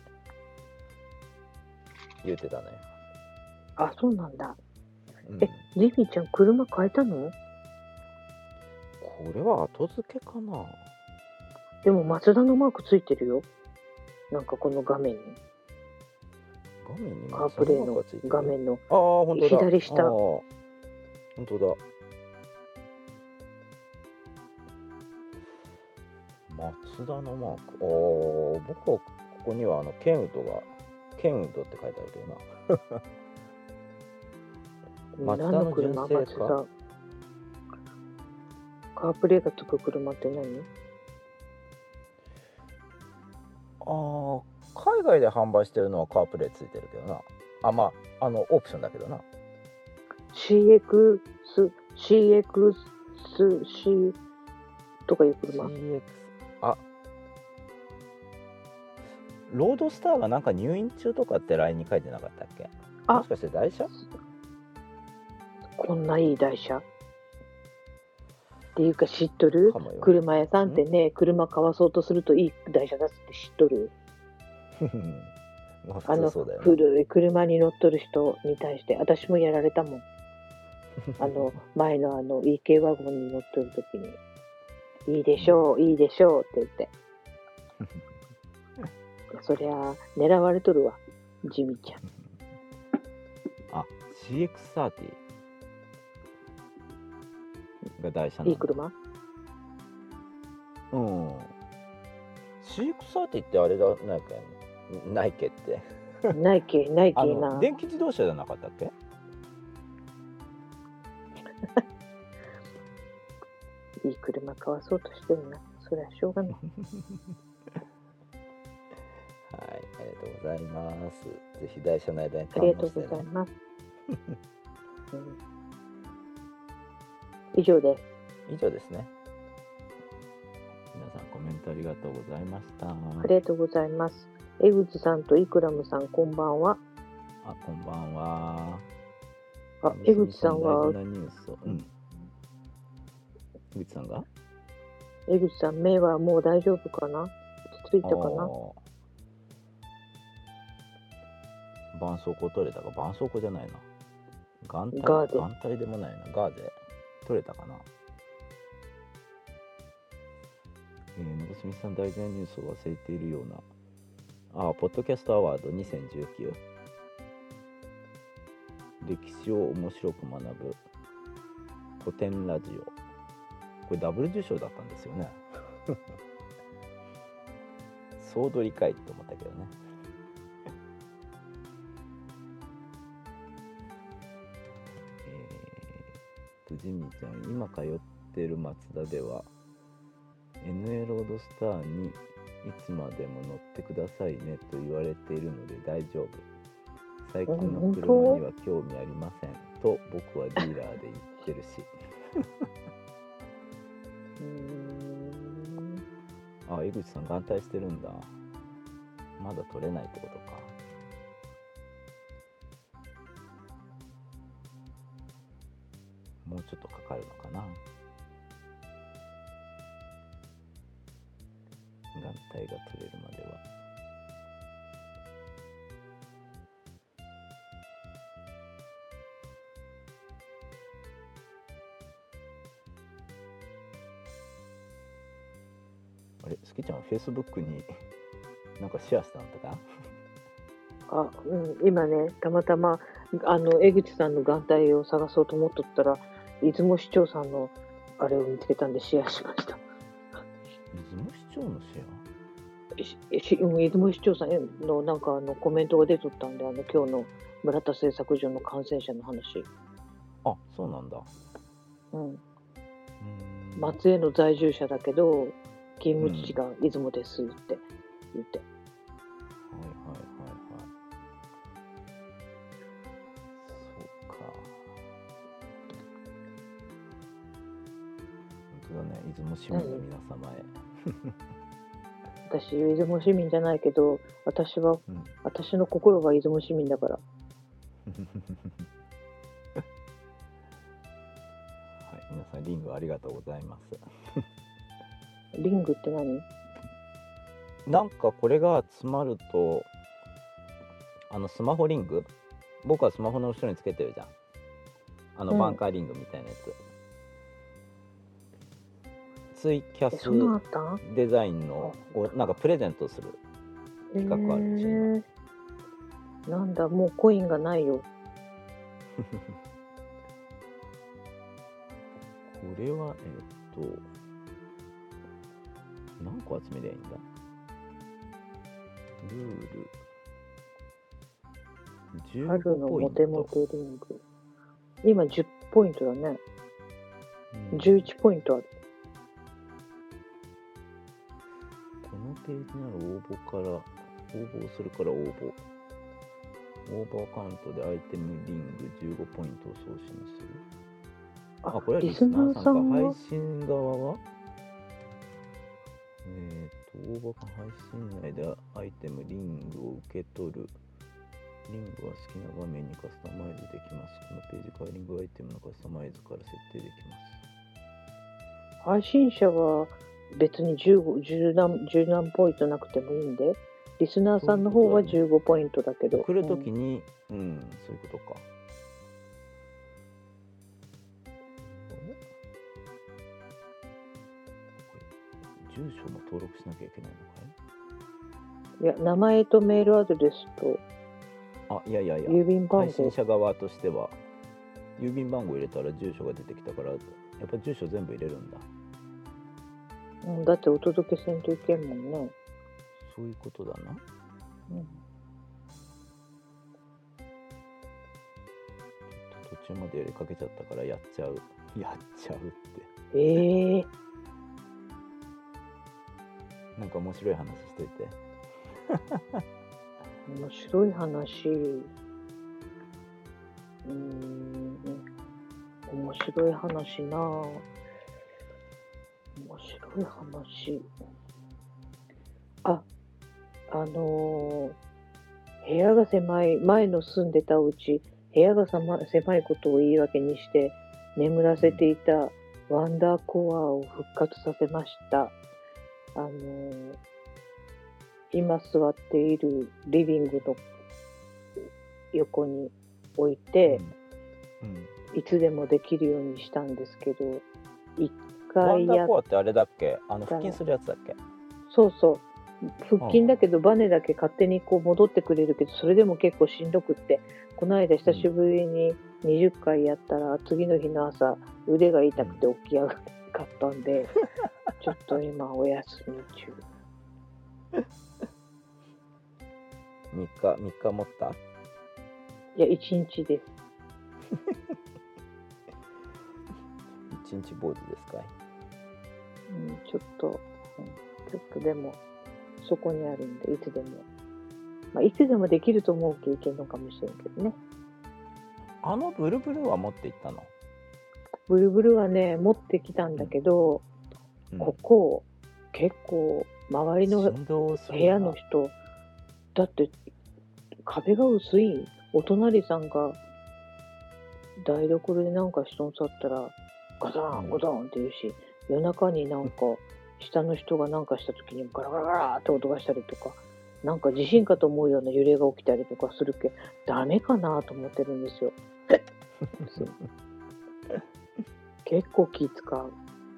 言ってたのよ。 あ、そうなんだ。 うん、 え、ジミーちゃん車変えたの？ これは後付けかな。 でもマツダのマークついてるよ。なんかこの画面に。 画面にカープレイの画面のああ本当だ。 左下。 本当だ。マツダのマーク。おお、僕はここにはあのケンウッドがケンウッドって書いてあるけどな。マツダの純正か。 カープレイがつく車って何？ ああ、海外で販売してるのはカープレイついてるけどな。あ、まあ、あのオプションだけどな。 シーエックス、シーエックスシー とかいう車。 シーエックス、あ、ロードスターがなんか入院中とかって ライン に書いてなかったっけ？ あ、 もしかして台車？ こんないい台車っていうか知っとる？車屋さんってね、車買わそうとするといい台車出すって知っとる？ まああのそうだよね、 古い車に乗っとる人に対して私もやられたもん。あの前のあの イーケー ワゴンに乗っとる時にいいでしょういいでしょうって言ってそりゃ狙われとるわジミちゃん。 あ、シーエックスサーティー が台車なの。 いい車？ うん。シーエックスサーティー ってあれだなんかナイケってナイケナイケな。 電気自動車じゃなかったっけ？ いい車買わそうとしてるな。それはしょうがない。 はい、ありがとうございます。ぜひ台車の間にありがとうございます。うん、以上です。 以上ですね。皆さんコメントありがとうございました。ありがとうございます。江口さんとイクラムさんこんばんは。 あ、こんばんは。 あ、江口さんは、 大事なニュースを、うん。江口さんが？ 江口さん目はもう大丈夫かな？落ち着いたかな？ 絆創膏取れたか？絆創膏じゃないな。眼帯ガーゼ。 眼帯でもないな。ガーゼ取れたかな？えー、のぼすみさん大事なニュースを忘れているような。あ、ポッドキャストアワードにせんじゅうきゅう。歴史を面白く学ぶ古典ラジオ。これダブル受賞だったんですよね。総取りかいって思ったけどね。えー、とジミーちゃん、今通ってる松田では エヌエー ロードスターにいつまでも乗ってくださいねと言われているので大丈夫。最近の車には興味ありませんと僕はディーラーで言ってるし。うーん、あ、江口さん眼帯してるんだ。まだ取れないってことか。 もうちょっとかかるのかな。眼帯が取れるまでは。あれ、すきちゃんはフェイスブックになんかシェアしたんだか？ あ、うん、今ね、たまたま、あの、江口さんの眼帯を探そうと思っとったら、出雲市長さんのあれを見つけたんでシェアしました。 出雲市長のシェししうん出雲市長さんのなんかあのコメントが出とったんで、あの今日の村田製作所の感染者の話。 ア？あ、そうなんだ。 うん。 うーん。 松江の在住者だけど、勤務地が出雲ですって言って。 はいはいはいはい。そうか。本当だね、出雲市民の皆様へ。 私、出雲市民じゃないけど、私は、 うん。 私の心は出雲市民だから。 はい、皆さんリングありがとうございます。 リングって何？ なんかこれが詰まると、あのスマホリング、僕はスマホの後ろにつけてるじゃん。あのうんバンカーリングみたいなやつ。ツイキャえ、そんなんあスったん？ デザインのをなんかプレゼントする企画あるでしょ、今。 えー、なんだ、もうコインがないよ。 これはえっと何個集めりゃいいんだ。ルールじゅう春のごポインモテモト。 テリング。今じゅっポイントだね。 うんじゅういちポイントある。 このページなら応募から応募するから応募応募アカウントでアイテムリングじゅうごポイントを送信する。あ、これはリスナーさんか。配信側はえっと応募か配信内でアイテムリングを受け取る。リングは好きな画面にカスタマイズできます。このページからリングアイテムのカスタマイズから設定できます。 配信者は別にじゅうご、じゅう何、じゅう何ポイントなくてもいいんで、リスナーさんの方はじゅうごポイントだけど。 来るときに、うん、うん、そういうことか。住所も登録しなきゃいけないのかいや、名前とメールアドレスとい？あ、いやいやいや、 郵便番配信号。 者側としては、郵便番号入れたら住所が出てきたから、やっぱ住所全部入れるんだ。 うん、だってお届けせんといけんもんね。 そういうことだな。 うん、 途中までやりかけちゃったからやっちゃう。やっちゃうって。 ええー、 なんか面白い話しといて。 面白い話。うーん、面白い話なぁ。面白い話。あ、あのー、部屋が狭い、前の住んでたお家、部屋がさま狭いことを言い訳にして眠らせていたワンダーコアを復活させました。あのー、今座っているリビングの横に置いて、 うんうん、 いつでもできるようにしたんですけど、一ワ回やっンダーコアってあれだっけ？あの腹筋するやつだっけ？ そうそう。腹筋だけどバネだけ勝手にこう戻ってくれるけど、それでも結構しんどくって、この間久しぶりににじゅっかいやったら、次の日の朝腕が痛くて起き上がらなかったんで、ちょっと今お休み中。 みっか、みっか持った？ いや、いちにちです。 いちにち坊主ですかい？ うん、ちょっと、うん、ちょっとでも、そこにあるんで、いつでも。まあ、いつでもできると思う経験のかもしれんけどね。 あのブルブルは持っていったの？ ブルブルはね、持ってきたんだけど、 うん、 ここ、結構、周りの振動するな部屋の人、だって、壁が薄い。お隣さんが、 台所でなんか人の去ったらガタンゴタンって言うし、夜中になんか下の人がなんかした時にガラガラガラって音がしたりとか、なんか地震かと思うような揺れが起きたりとかするけダメかなと思ってるんですよ。そう結構気使う。 うん、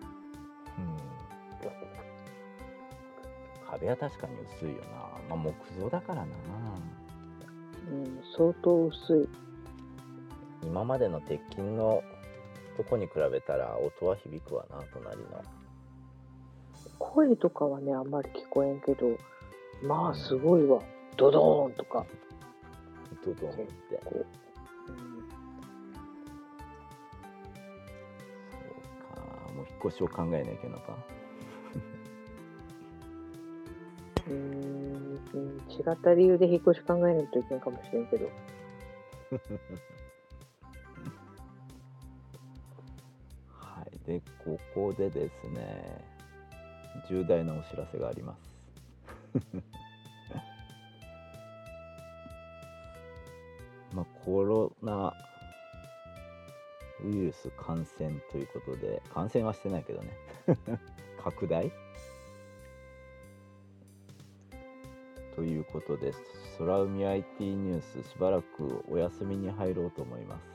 壁は確かに薄いよな。まあ木造だからな。 うん、相当薄い。 今までの鉄筋のとこに比べたら音は響くわな、隣の。 声とかはねあんまり聞こえんけど、まあすごいわ。ドドーンとか。 ドドンってこう、うん、 そうか、もう引っ越しを考えなきゃいけないのか。 うーん、うん違った理由で引っ越し考えないといけないかもしれんけど。 はい、でここでですね、重大なお知らせがあります。まあコロナウイルス感染ということで、感染はしてないけどね拡大ということです。空海 アイティー ニュース、しばらくお休みに入ろうと思います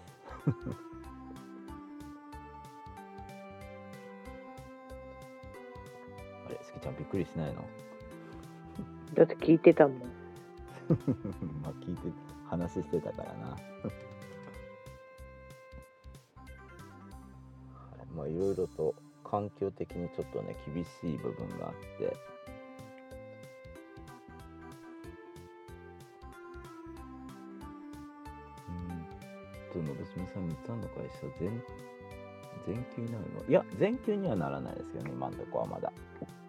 あれ、すきちゃんびっくりしないの？ だって聞いてたもん。 まあ聞いて話してたからなはい、まあいろいろと環境的にちょっとね厳しい部分があって、うんとのぶしみさん、みっつあんの会社全全休になるの？いや全休にはならないですけどね、今のところはまだ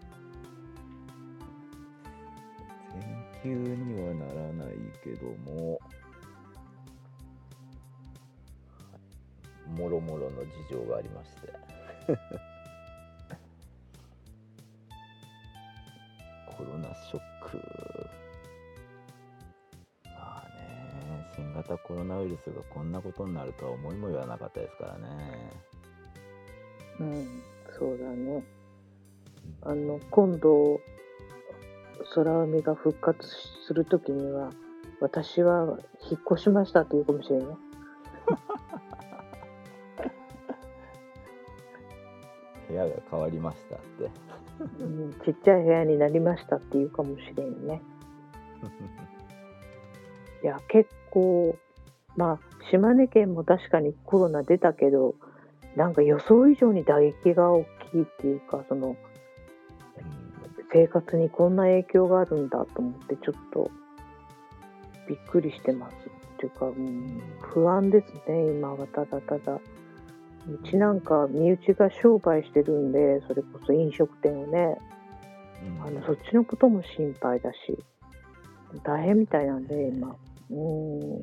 全休にはならないけども、もろもろの事情がありましてコロナショック、まあね、新型コロナウイルスがこんなことになるとは思いもよらなかったですからね。 うん、そうだね。あの今度空海が復活するときには、私は引っ越しましたって言うかもしれんよ。 部屋が変わりましたって、 うん、ちっちゃい部屋になりましたって言うかもしれんよね。いや結構、まあ島根県も確かにコロナ出たけど、なんか予想以上に打撃が大きいっていうか、その生活にこんな影響があるんだと思ってちょっとびっくりしてますっていうか、うん、不安ですね今は。ただただうちなんか身内が商売してるんで、それこそ飲食店をね、 うん、 あのそっちのことも心配だし大変みたいなんで今。うん、い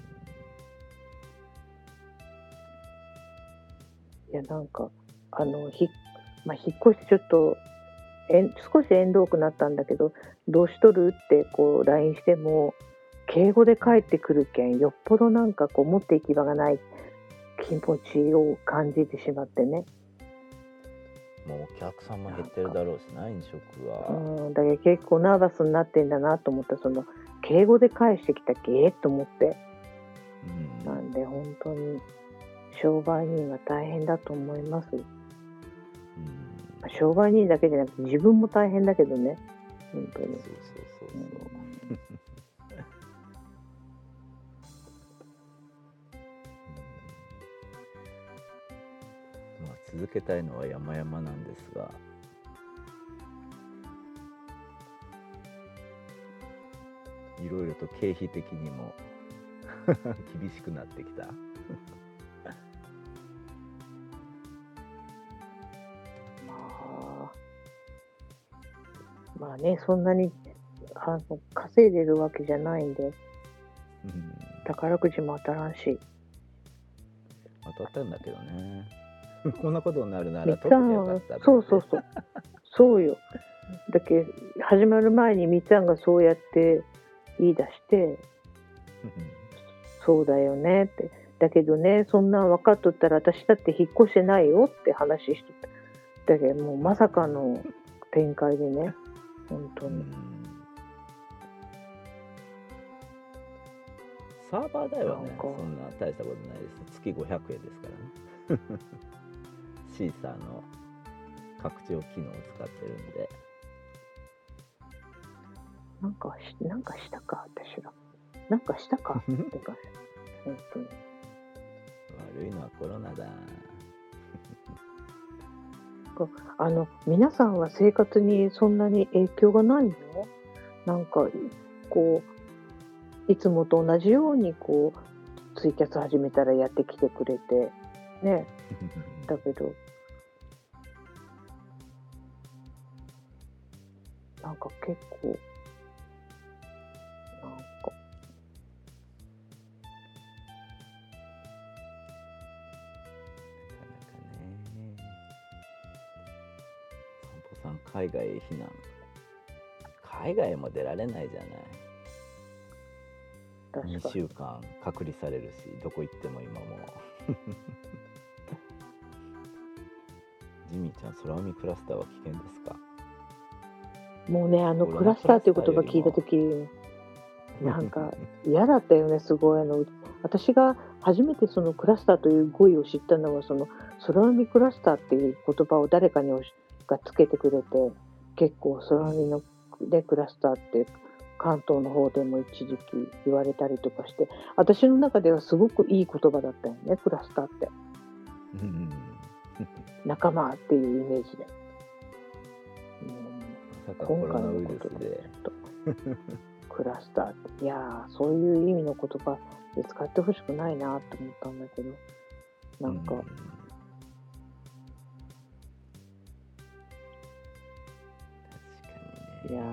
やなんかあのひ、まあ、引っ越してちょっとえん少し縁遠くなったんだけど、どうしとるってこう ライン しても敬語で帰ってくるけん、よっぽどなんかこう持って行き場がない気持ちを感じてしまってね。 もうお客さんも減ってるだろうしな、飲食は。 うん、だけど結構ナーバスになってんだなと思った。その敬語で返してきたけえと思って、 うん、 なんで本当に商売人は大変だと思います。 うん、 商売人だけじゃなくて自分も大変だけどね、本当に。 そうそうそうそう、うんまあ、続けたいのは山々なんですが、いろいろと経費的にも厳しくなってきたまあね、そんなにあの稼いでるわけじゃないんで、 うん、 宝くじも当たらんし。 当たったんだけどねこんなことになるなみっつら取ってあんはよかったって。 そうそうそうそうよ。だけど始まる前にみっつあんがそうやって言い出してそうだよねって、 だけどね、そんなん分かっとったら私だって引っ越してないよって話しとった。だけどもうまさかの展開でね、本当に。 サーバー代はねなんかそんな大したことないです。月ごひゃくえんですからねシーサーの拡張機能を使ってるんで。 なんかし、なんかしたか私ら。なんかしたかってか、本当に。 悪いのはコロナだ。 あの皆さんは生活にそんなに影響がないの？なんかこういつもと同じようにこうツイキャス始めたらやってきてくれてね。だけどなんか結構なんか散歩さん海外へ避難。海外も出られないじゃない。にしゅうかん隔離されるし、どこ行っても今もジミーちゃん、空海クラスターは危険ですか？ もうね、あのクラスターっていう言葉聞いたときなんか嫌だったよね。すごいあの私が初めてそのクラスターという語彙を知ったのは、その空海クラスターっていう言葉を誰かにがつけてくれて、結構空海の、ね、クラスターって関東の方でも一時期言われたりとかして、私の中ではすごくいい言葉だったよね、クラスターって仲間っていうイメージで、 まさかコロナウイルスでクラスターって、いやーそういう意味の言葉で使ってほしくないなと思ったんだけど、なんか、いや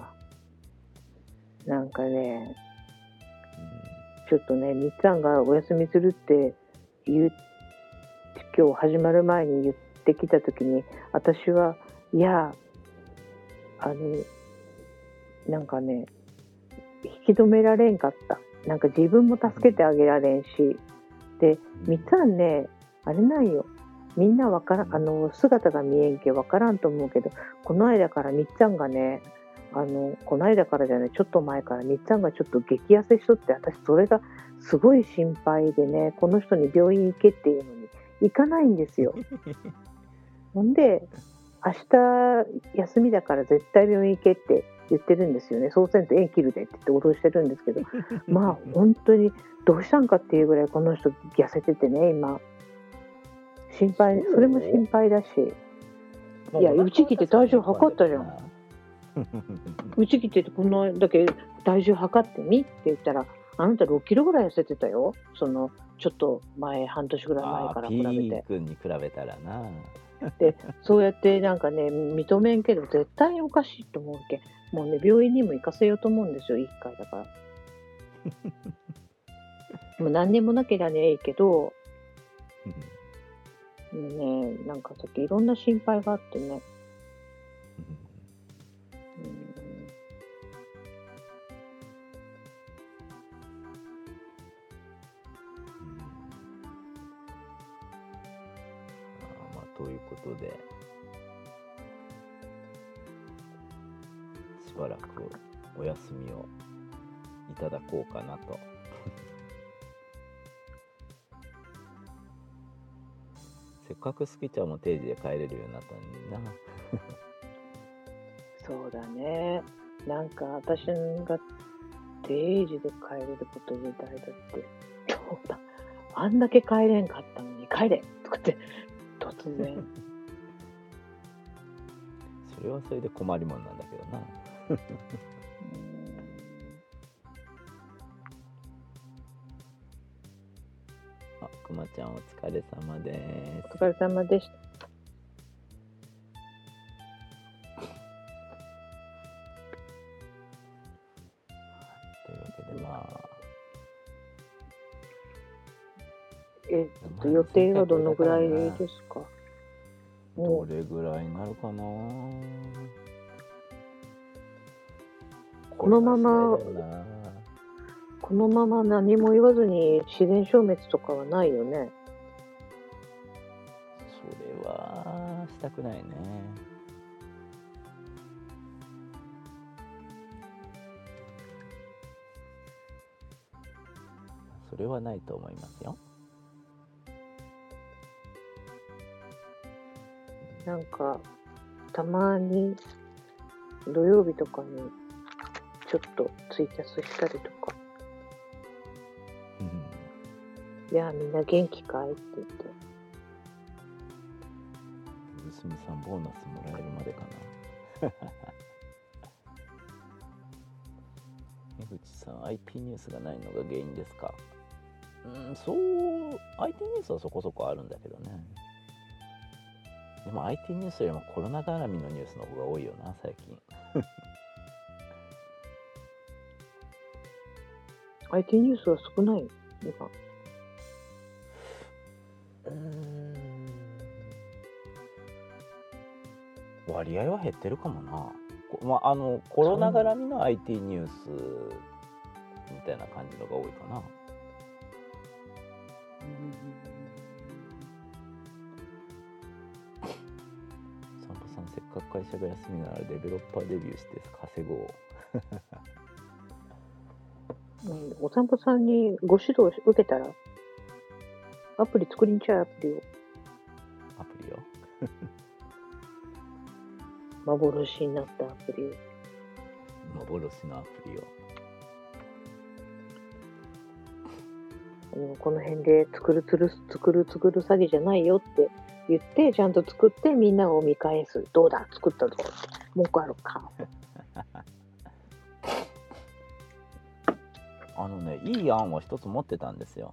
ーなんかね、ちょっとね、みっちゃんがお休みするって言う今日始まる前に言ってきたときに、私はいやあのなんかね引き止められんかった。なんか自分も助けてあげられんし、でみっちゃんねあれなんよ、みんなわからん、あの姿が見えんけわからんと思うけど、この間からみっちゃんがね、あのこの間からじゃない、ちょっと前からみっちゃんがちょっと激痩せしとって、私それがすごい心配でね、この人に病院行けっていうのに行かないんですよほんで明日休みだから絶対病院行けって言ってるんですよね。そうせんと縁切るでって言って脅してるんですけどまあ本当にどうしたんかっていうぐらいこの人痩せててね、今心配、それも心配だし、いやうち来て体重測ったじゃんうち来てこのだけ体重測ってみって言ったら、あなたろっキロぐらい痩せてたよ、そのちょっと前半年ぐらい前から比べて。 ピー君に比べたらなでそうやってなんかね認めんけど絶対におかしいと思うけ、もうね病院にも行かせようと思うんですよ、いっかいだからもう何年もなけりゃねいいけどもうね、なんかさっきいろんな心配があってね、 ということでしばらくお休みをいただこうかなとせっかくスキちゃんも定時で帰れるようになったのになそうだね、なんか私が定時で帰れること自体だってそうだ、あんだけ帰れんかったのに帰れとかって突然それはそれで困りもんなんだけどなあ、くまちゃんお疲れ様です。 お疲れ様でした。 というわけでまあえっと予定はどのぐらいですか？ どれぐらいになるかな。 このままこのまま何も言わずに自然消滅とかはないよね。 それはしたくないね。それはないと思いますよ。 なんかたまに土曜日とかにちょっとツイキャスしたりとか、いやみんな元気かいって言って、 娘さんボーナスもらえるまでかな。江口さん アイティー ニュースがないのが原因ですか。うん、そう アイティー ニュースはそこそこあるんだけどね。でも アイティー ニュースよりもコロナ絡みのニュースの方が多いよな最近。 アイティー ニュースは少ない今。 うーん、割合は減ってるかもな。こまあ、あのコロナ絡みの アイティー ニュースみたいな感じのが多いかな。散歩さん、せっかく会社が休みならデベロッパーデビューして稼ごう。 うん、お散歩さんにご指導受けたらアプリ作りんちゃう。アプリをアプリを幻になったアプリを幻のアプリをあのこの辺で作るつる作る作る詐欺じゃないよって言ってちゃんと作ってみんなを見返す。どうだ作ったぞって文句あるか。 あのね、いい案を一つ持ってたんですよ。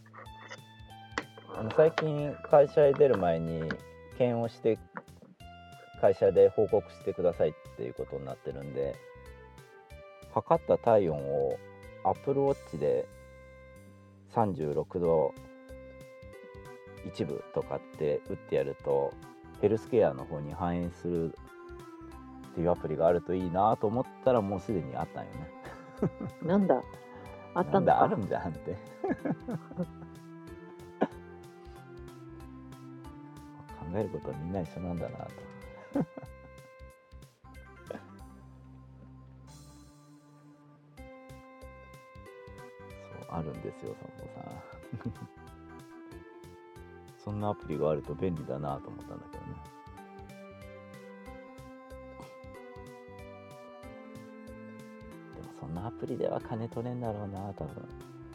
あの最近会社へ出る前に検温して会社で報告してくださいっていうことになってるんで、測った体温を Apple Watch でさんじゅうろくどいちぶとかって打ってやるとヘルスケアの方に反映するっていうアプリがあるといいなと思ったらもうすでにあったんよね。 なんだあったなんんだだあるんじゃんって。考えることはみんな一緒なんだなと。そうあるんですよ、散歩さん。そんなアプリがあると便利だなと思ったんだけどね。でもそんなアプリでは金取れんだろうな多分。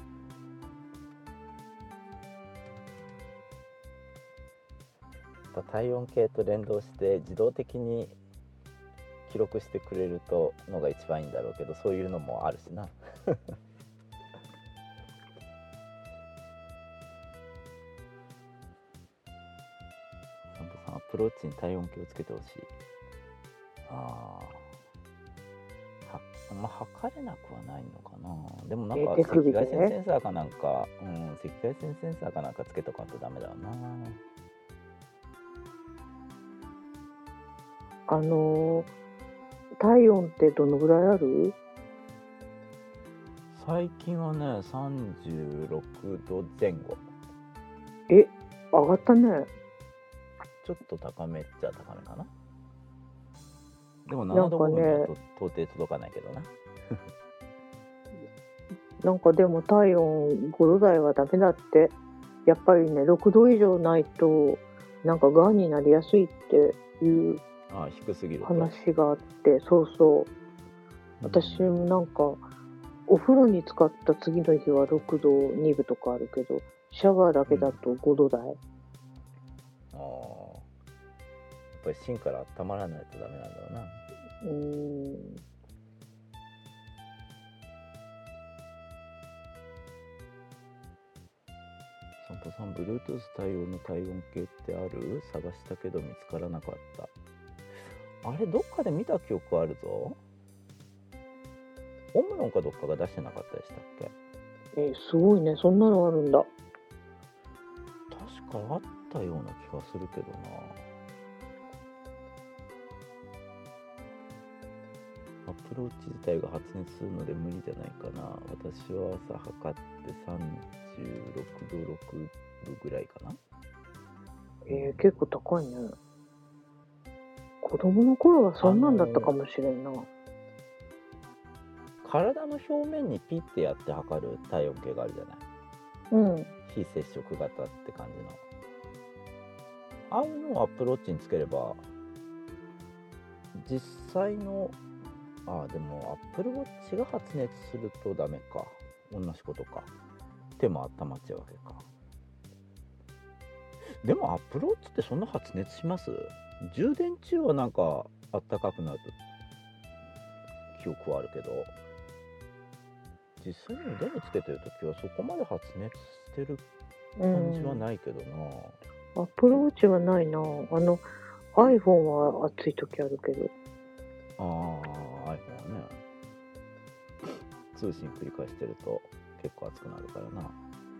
やっぱ体温計と連動して自動的に記録してくれるとのが一番いいんだろうけど、そういうのもあるしな。散歩さん、アプローチに体温計をつけてほしい。ああ、まあ測れなくはないのかな。でもなんかえ手赤首で外線センサーかなんか、うん、赤外線センサーかなんかつけとかんとダメだよな。 あのー体温ってどのぐらいある？ 最近はねさんじゅうろくどぜん後。 え上がったね。 ちょっと高めっちゃ高めかな。でもななどごぶにはと到底届かないけどな。 なんかでも体温ごど台はダメだって。やっぱりねろくど以上ないとなんかがんになりやすいっていうああ、低すぎると話があって、そうそう。私もなんかお風呂に浸かった次の日はろくどにぶとかあるけど、シャワーだけだとごど台。 ああ、やっぱり芯から温まらないとダメなんだろうな。 うーん。 散歩さん、Bluetooth 対応の体温計ってある？探したけど見つからなかった。あれどっかで見た記憶あるぞ。オムロンかどっかが出してなかったでしたっけ？ えすごいね、そんなのあるんだ。 確かあったような気がするけどな。 プローチ自体が発熱するので無理じゃないかな。私は朝測ってさんじゅうろくどろくぶぐらいかな。 えー、結構高いね。子供の頃はそんなんだったかもしれんな。 体の表面にピッてやって測る体温計があるじゃない。 うん。 非接触型って感じの。ああいうのをアップルウォッチにつければ、実際の、ああでもアップルウォッチが発熱するとダメか。同じことか。手も温まっちゃうわけか。でもアップルウォッチってそんな発熱します？充電中はなんかあったかくなる記憶はあるけど、実際に腕につけてるときはそこまで発熱してる感じはないけどな。 アップルウォッチはないな。あの iPhone は暑い時あるけど。 ああ、iPhone はね。通信繰り返してると結構熱くなるからな。うん、ま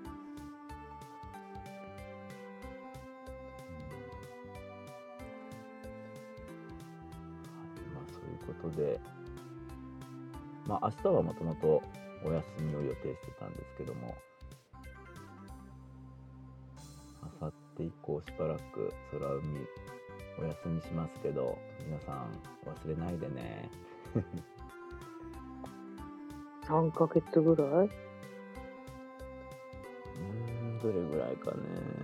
あそういうことで、まあ明日はもともとお休みを予定してたんですけども、あさって以降しばらく空海お休みしますけど、皆さん忘れないでね。 さんかげつぐらい？ うーん、どれぐらいかね。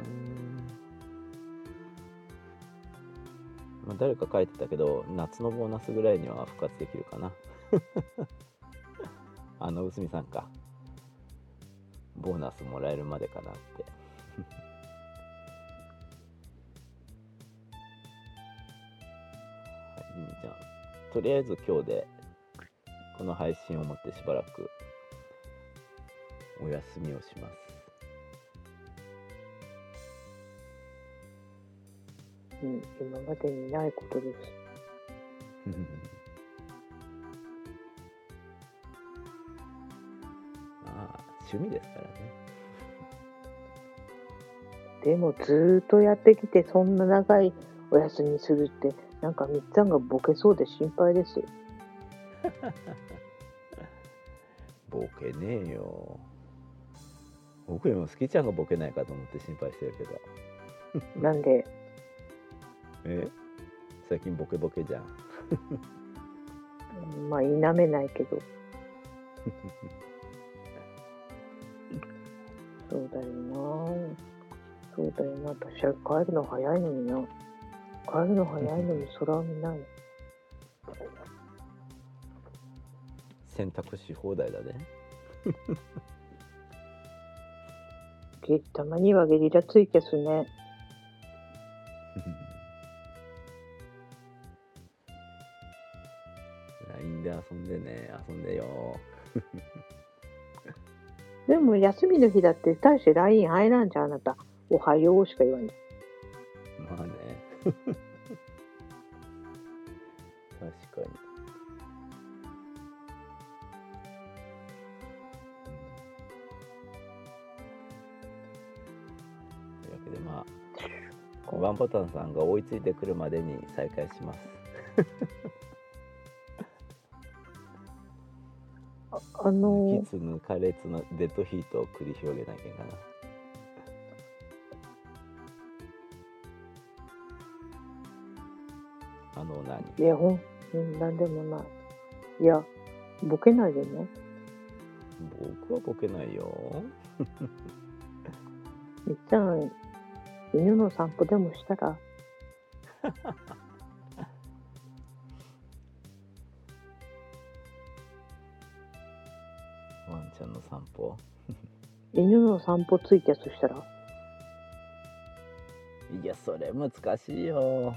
まあ、誰か書いてたけど、夏のボーナスぐらいには復活できるかな。あのうすみさんか。ボーナスもらえるまでかなって。はい、りみちゃん。とりあえず今日でこの配信をもってしばらくお休みをします。 うん、今までにないことです。 まあ趣味ですからね。 でもずーっとやってきてそんな長いお休みするってなんかみっつぁんがボケそうで心配です。 ボケねえよ。僕よりも好きちゃんがボケないかと思って心配してるけど。 なんでえ最近ボケボケじゃん。 まあ否めないけど。そうだよな。そうだよな。私は帰るの早いのにな。帰るの早いのに空を見ない。 選択し放題だね。 ゲたまにはゲリラツイキャスね。 ライン で遊んでね、遊んでよ。 でも休みの日だって大して ライン 入らんじゃん、あなた。おはようしか言わんじまあね。確かに。というわけでまあワンボタンさんが追いついてくるまでに再開します。 ゃん。あ、あのきつぬ苛烈なデッドヒートを繰り広げなきゃいけないかな。あの何いや、ほん、うん、なんでもない。いや、ボケないでね。 僕はボケないよ。 みっちゃん、犬の散歩でもしたら。 ワンちゃんの散歩。 犬の散歩ツイキャスしたら。 いや、それ難しいよ。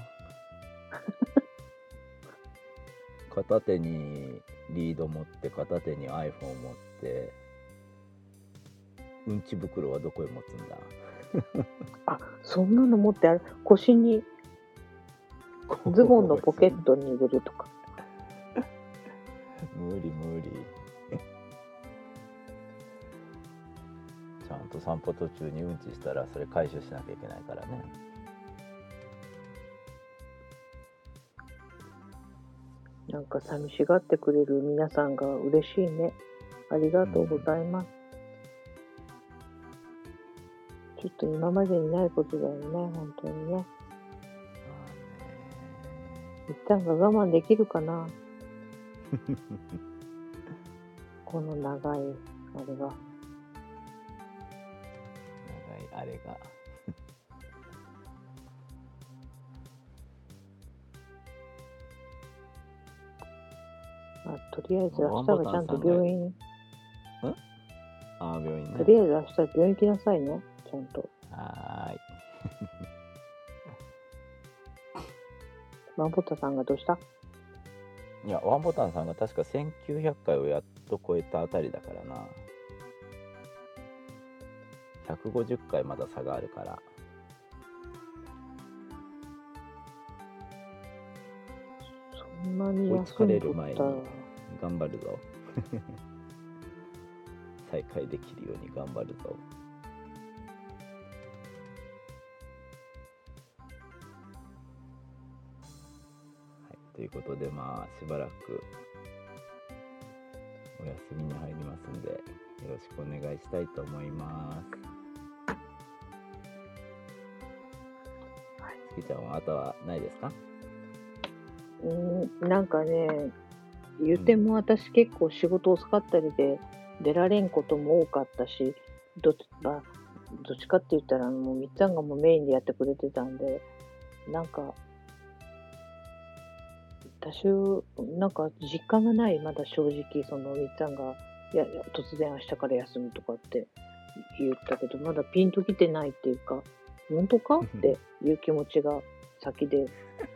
片手にリード持って片手に iPhone 持ってうんち袋はどこへ持つんだ。 あ、そんなの持ってある。腰にズボンのポケットに入れるとか。 無理無理。ちゃんと散歩途中にうんちしたらそれ回収しなきゃいけないからね。 なんか寂しがってくれる皆さんが嬉しいね。ありがとうございます。ちょっと今までにないことだよね、本当にね。みっちゃんが我慢できるかなこの長い、あれが。 長いあれが。 まあ、とりあえず明日はちゃんと病院、 ああ、病院ね。 とりあえず明日病院行きなさいね、ちゃんと。 はーい。 マンボタさんがどうした？ いや、ワンボタンさんが確かせんきゅうひゃくかいをやっと超えたあたりだからな。ひゃくごじゅっかいまだ差があるから。 そんなに追いつか休んれる前にどったら頑張るぞ。再開できるように頑張るぞ。はい、ということで、まあしばらくお休みに入りますんで、よろしくお願いしたいと思います。はい、つきちゃんはあとはないですか？ うーん、なんかね、言っても私結構仕事遅かったりで出られんことも多かったし、どっち、まあ、どっちかって言ったらもうみっちゃんがもうメインでやってくれてたんで、なんか私なんか実感がない、まだ正直。そのみっちゃんがいや突然明日から休むとかって言ったけど、まだピンときてないっていうか、本当かっていう気持ちが先で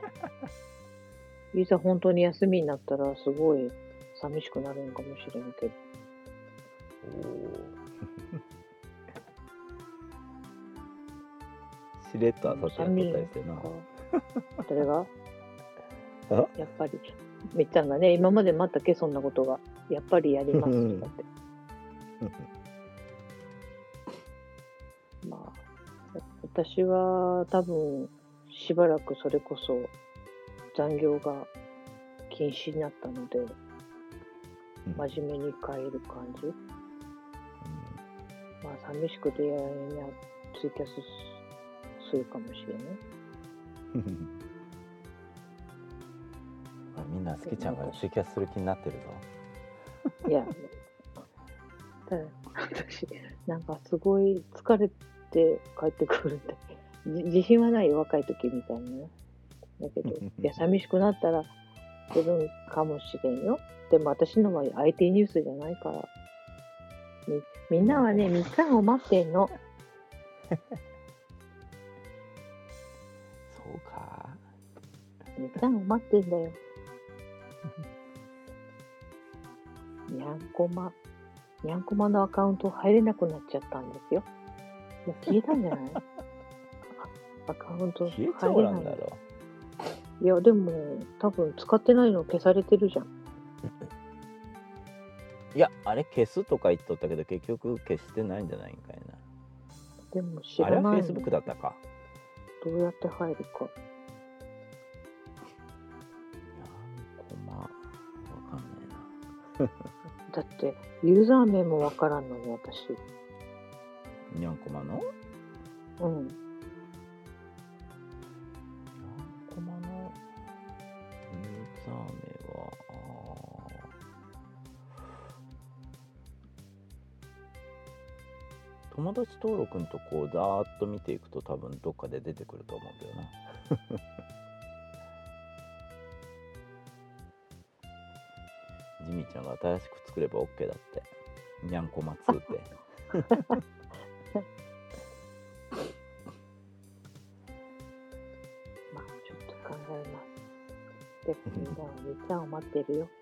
いざ本当に休みになったらすごい寂しくなるんかもしれんけど。 しれっと朝ちゃんとったりしてな。 誰がやっぱりみっちゃんがね、今までまったっけそんなことがやっぱりやりますとかってまあ私は多分しばらくそれこそ残業が禁止になったので、真面目に帰る感じ、うん、まあ寂しくてやらにはツイキャスするかもしれないみんな好きちゃんがツイキャスする気になってるぞ。 いやただ私なんかすごい疲れて帰ってくるんで自信はないよ、若い時みたいなね。だけどいや寂しくなったらするんかもしれんよ。でも私の場合 アイティー ニュースじゃないから、み, みんなはねみっちゃんを待ってんのそうか、 みっちゃんを待ってんだよにゃんこまにゃんこまのアカウント入れなくなっちゃったんですよ。もう消えたんじゃないアカウント消えちゃうなんだろう。いやでも多分使ってないの消されてるじゃん。 いや、あれ消すとか言っとったけど結局消してないんじゃないんかいな。 でも知らない。 あれは Facebook だったか。 どうやって入るか。 にゃんこまわかんないなだってユーザー名もわからんのに私。 にゃんこまのうん。 にゃんこまのユーザー名は友達登録のとこをざーっと見ていくと多分どっかで出てくると思うけどなジミーちゃんが新しく作れば OK だって。にゃんこまツーってまあちょっと考えます。で、みんなはみっちゃんを待ってるよ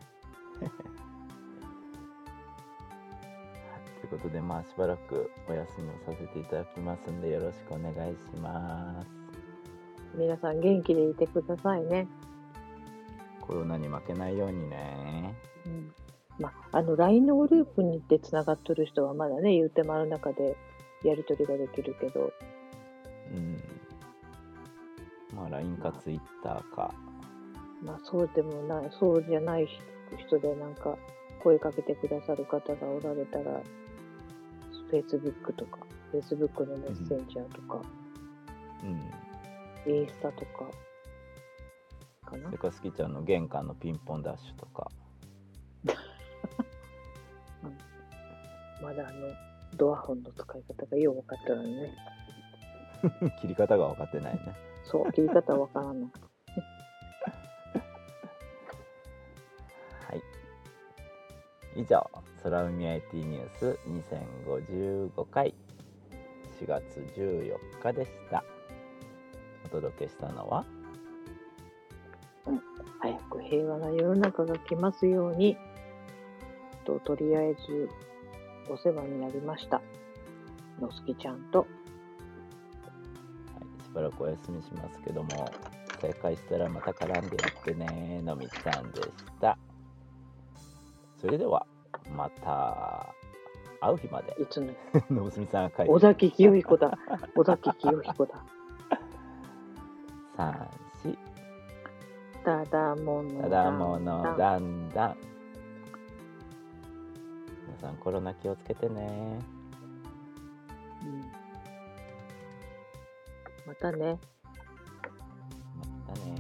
ということで、まあしばらくお休みをさせていただきますんで、よろしくお願いします。 皆さん元気でいてくださいね。 コロナに負けないようにね。 うん、まあ、あの ライン のグループにってつながっとる人はまだね、言うてもある中でやり取りができるけど、 うん。まあ ライン か Twitter か、 まあそうでもない、そうじゃない人でなんか声かけてくださる方がおられたら、Facebook とか、Facebook のメッセンジャーとか、 うん。 インスタとか、かなそれ。から好きちゃんの玄関のピンポンダッシュとか。 まだあの、ドアホンの使い方がよう分かったのね。 切り方が分かってないね。 そう、切り方わからない。 はい。以上、空海 アイティー ニュースにせんごじゅうごかいしがつじゅうよっかでした。お届けしたのは、 早く平和な世の中が来ますようにと、とりあえずお世話になりましたのすきちゃんと、 はい、しばらくお休みしますけども、再開したらまた絡んでやってねのみちゃんでした。それではまた会う日まで。 いつののぶすみさんが書いて尾崎清彦だ尾崎清彦ださん、しただものただものだんだん。皆さんコロナ気をつけてね。 うん、またね。 またね。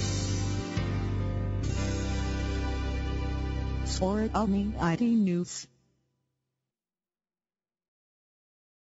空海 アイティー ニュース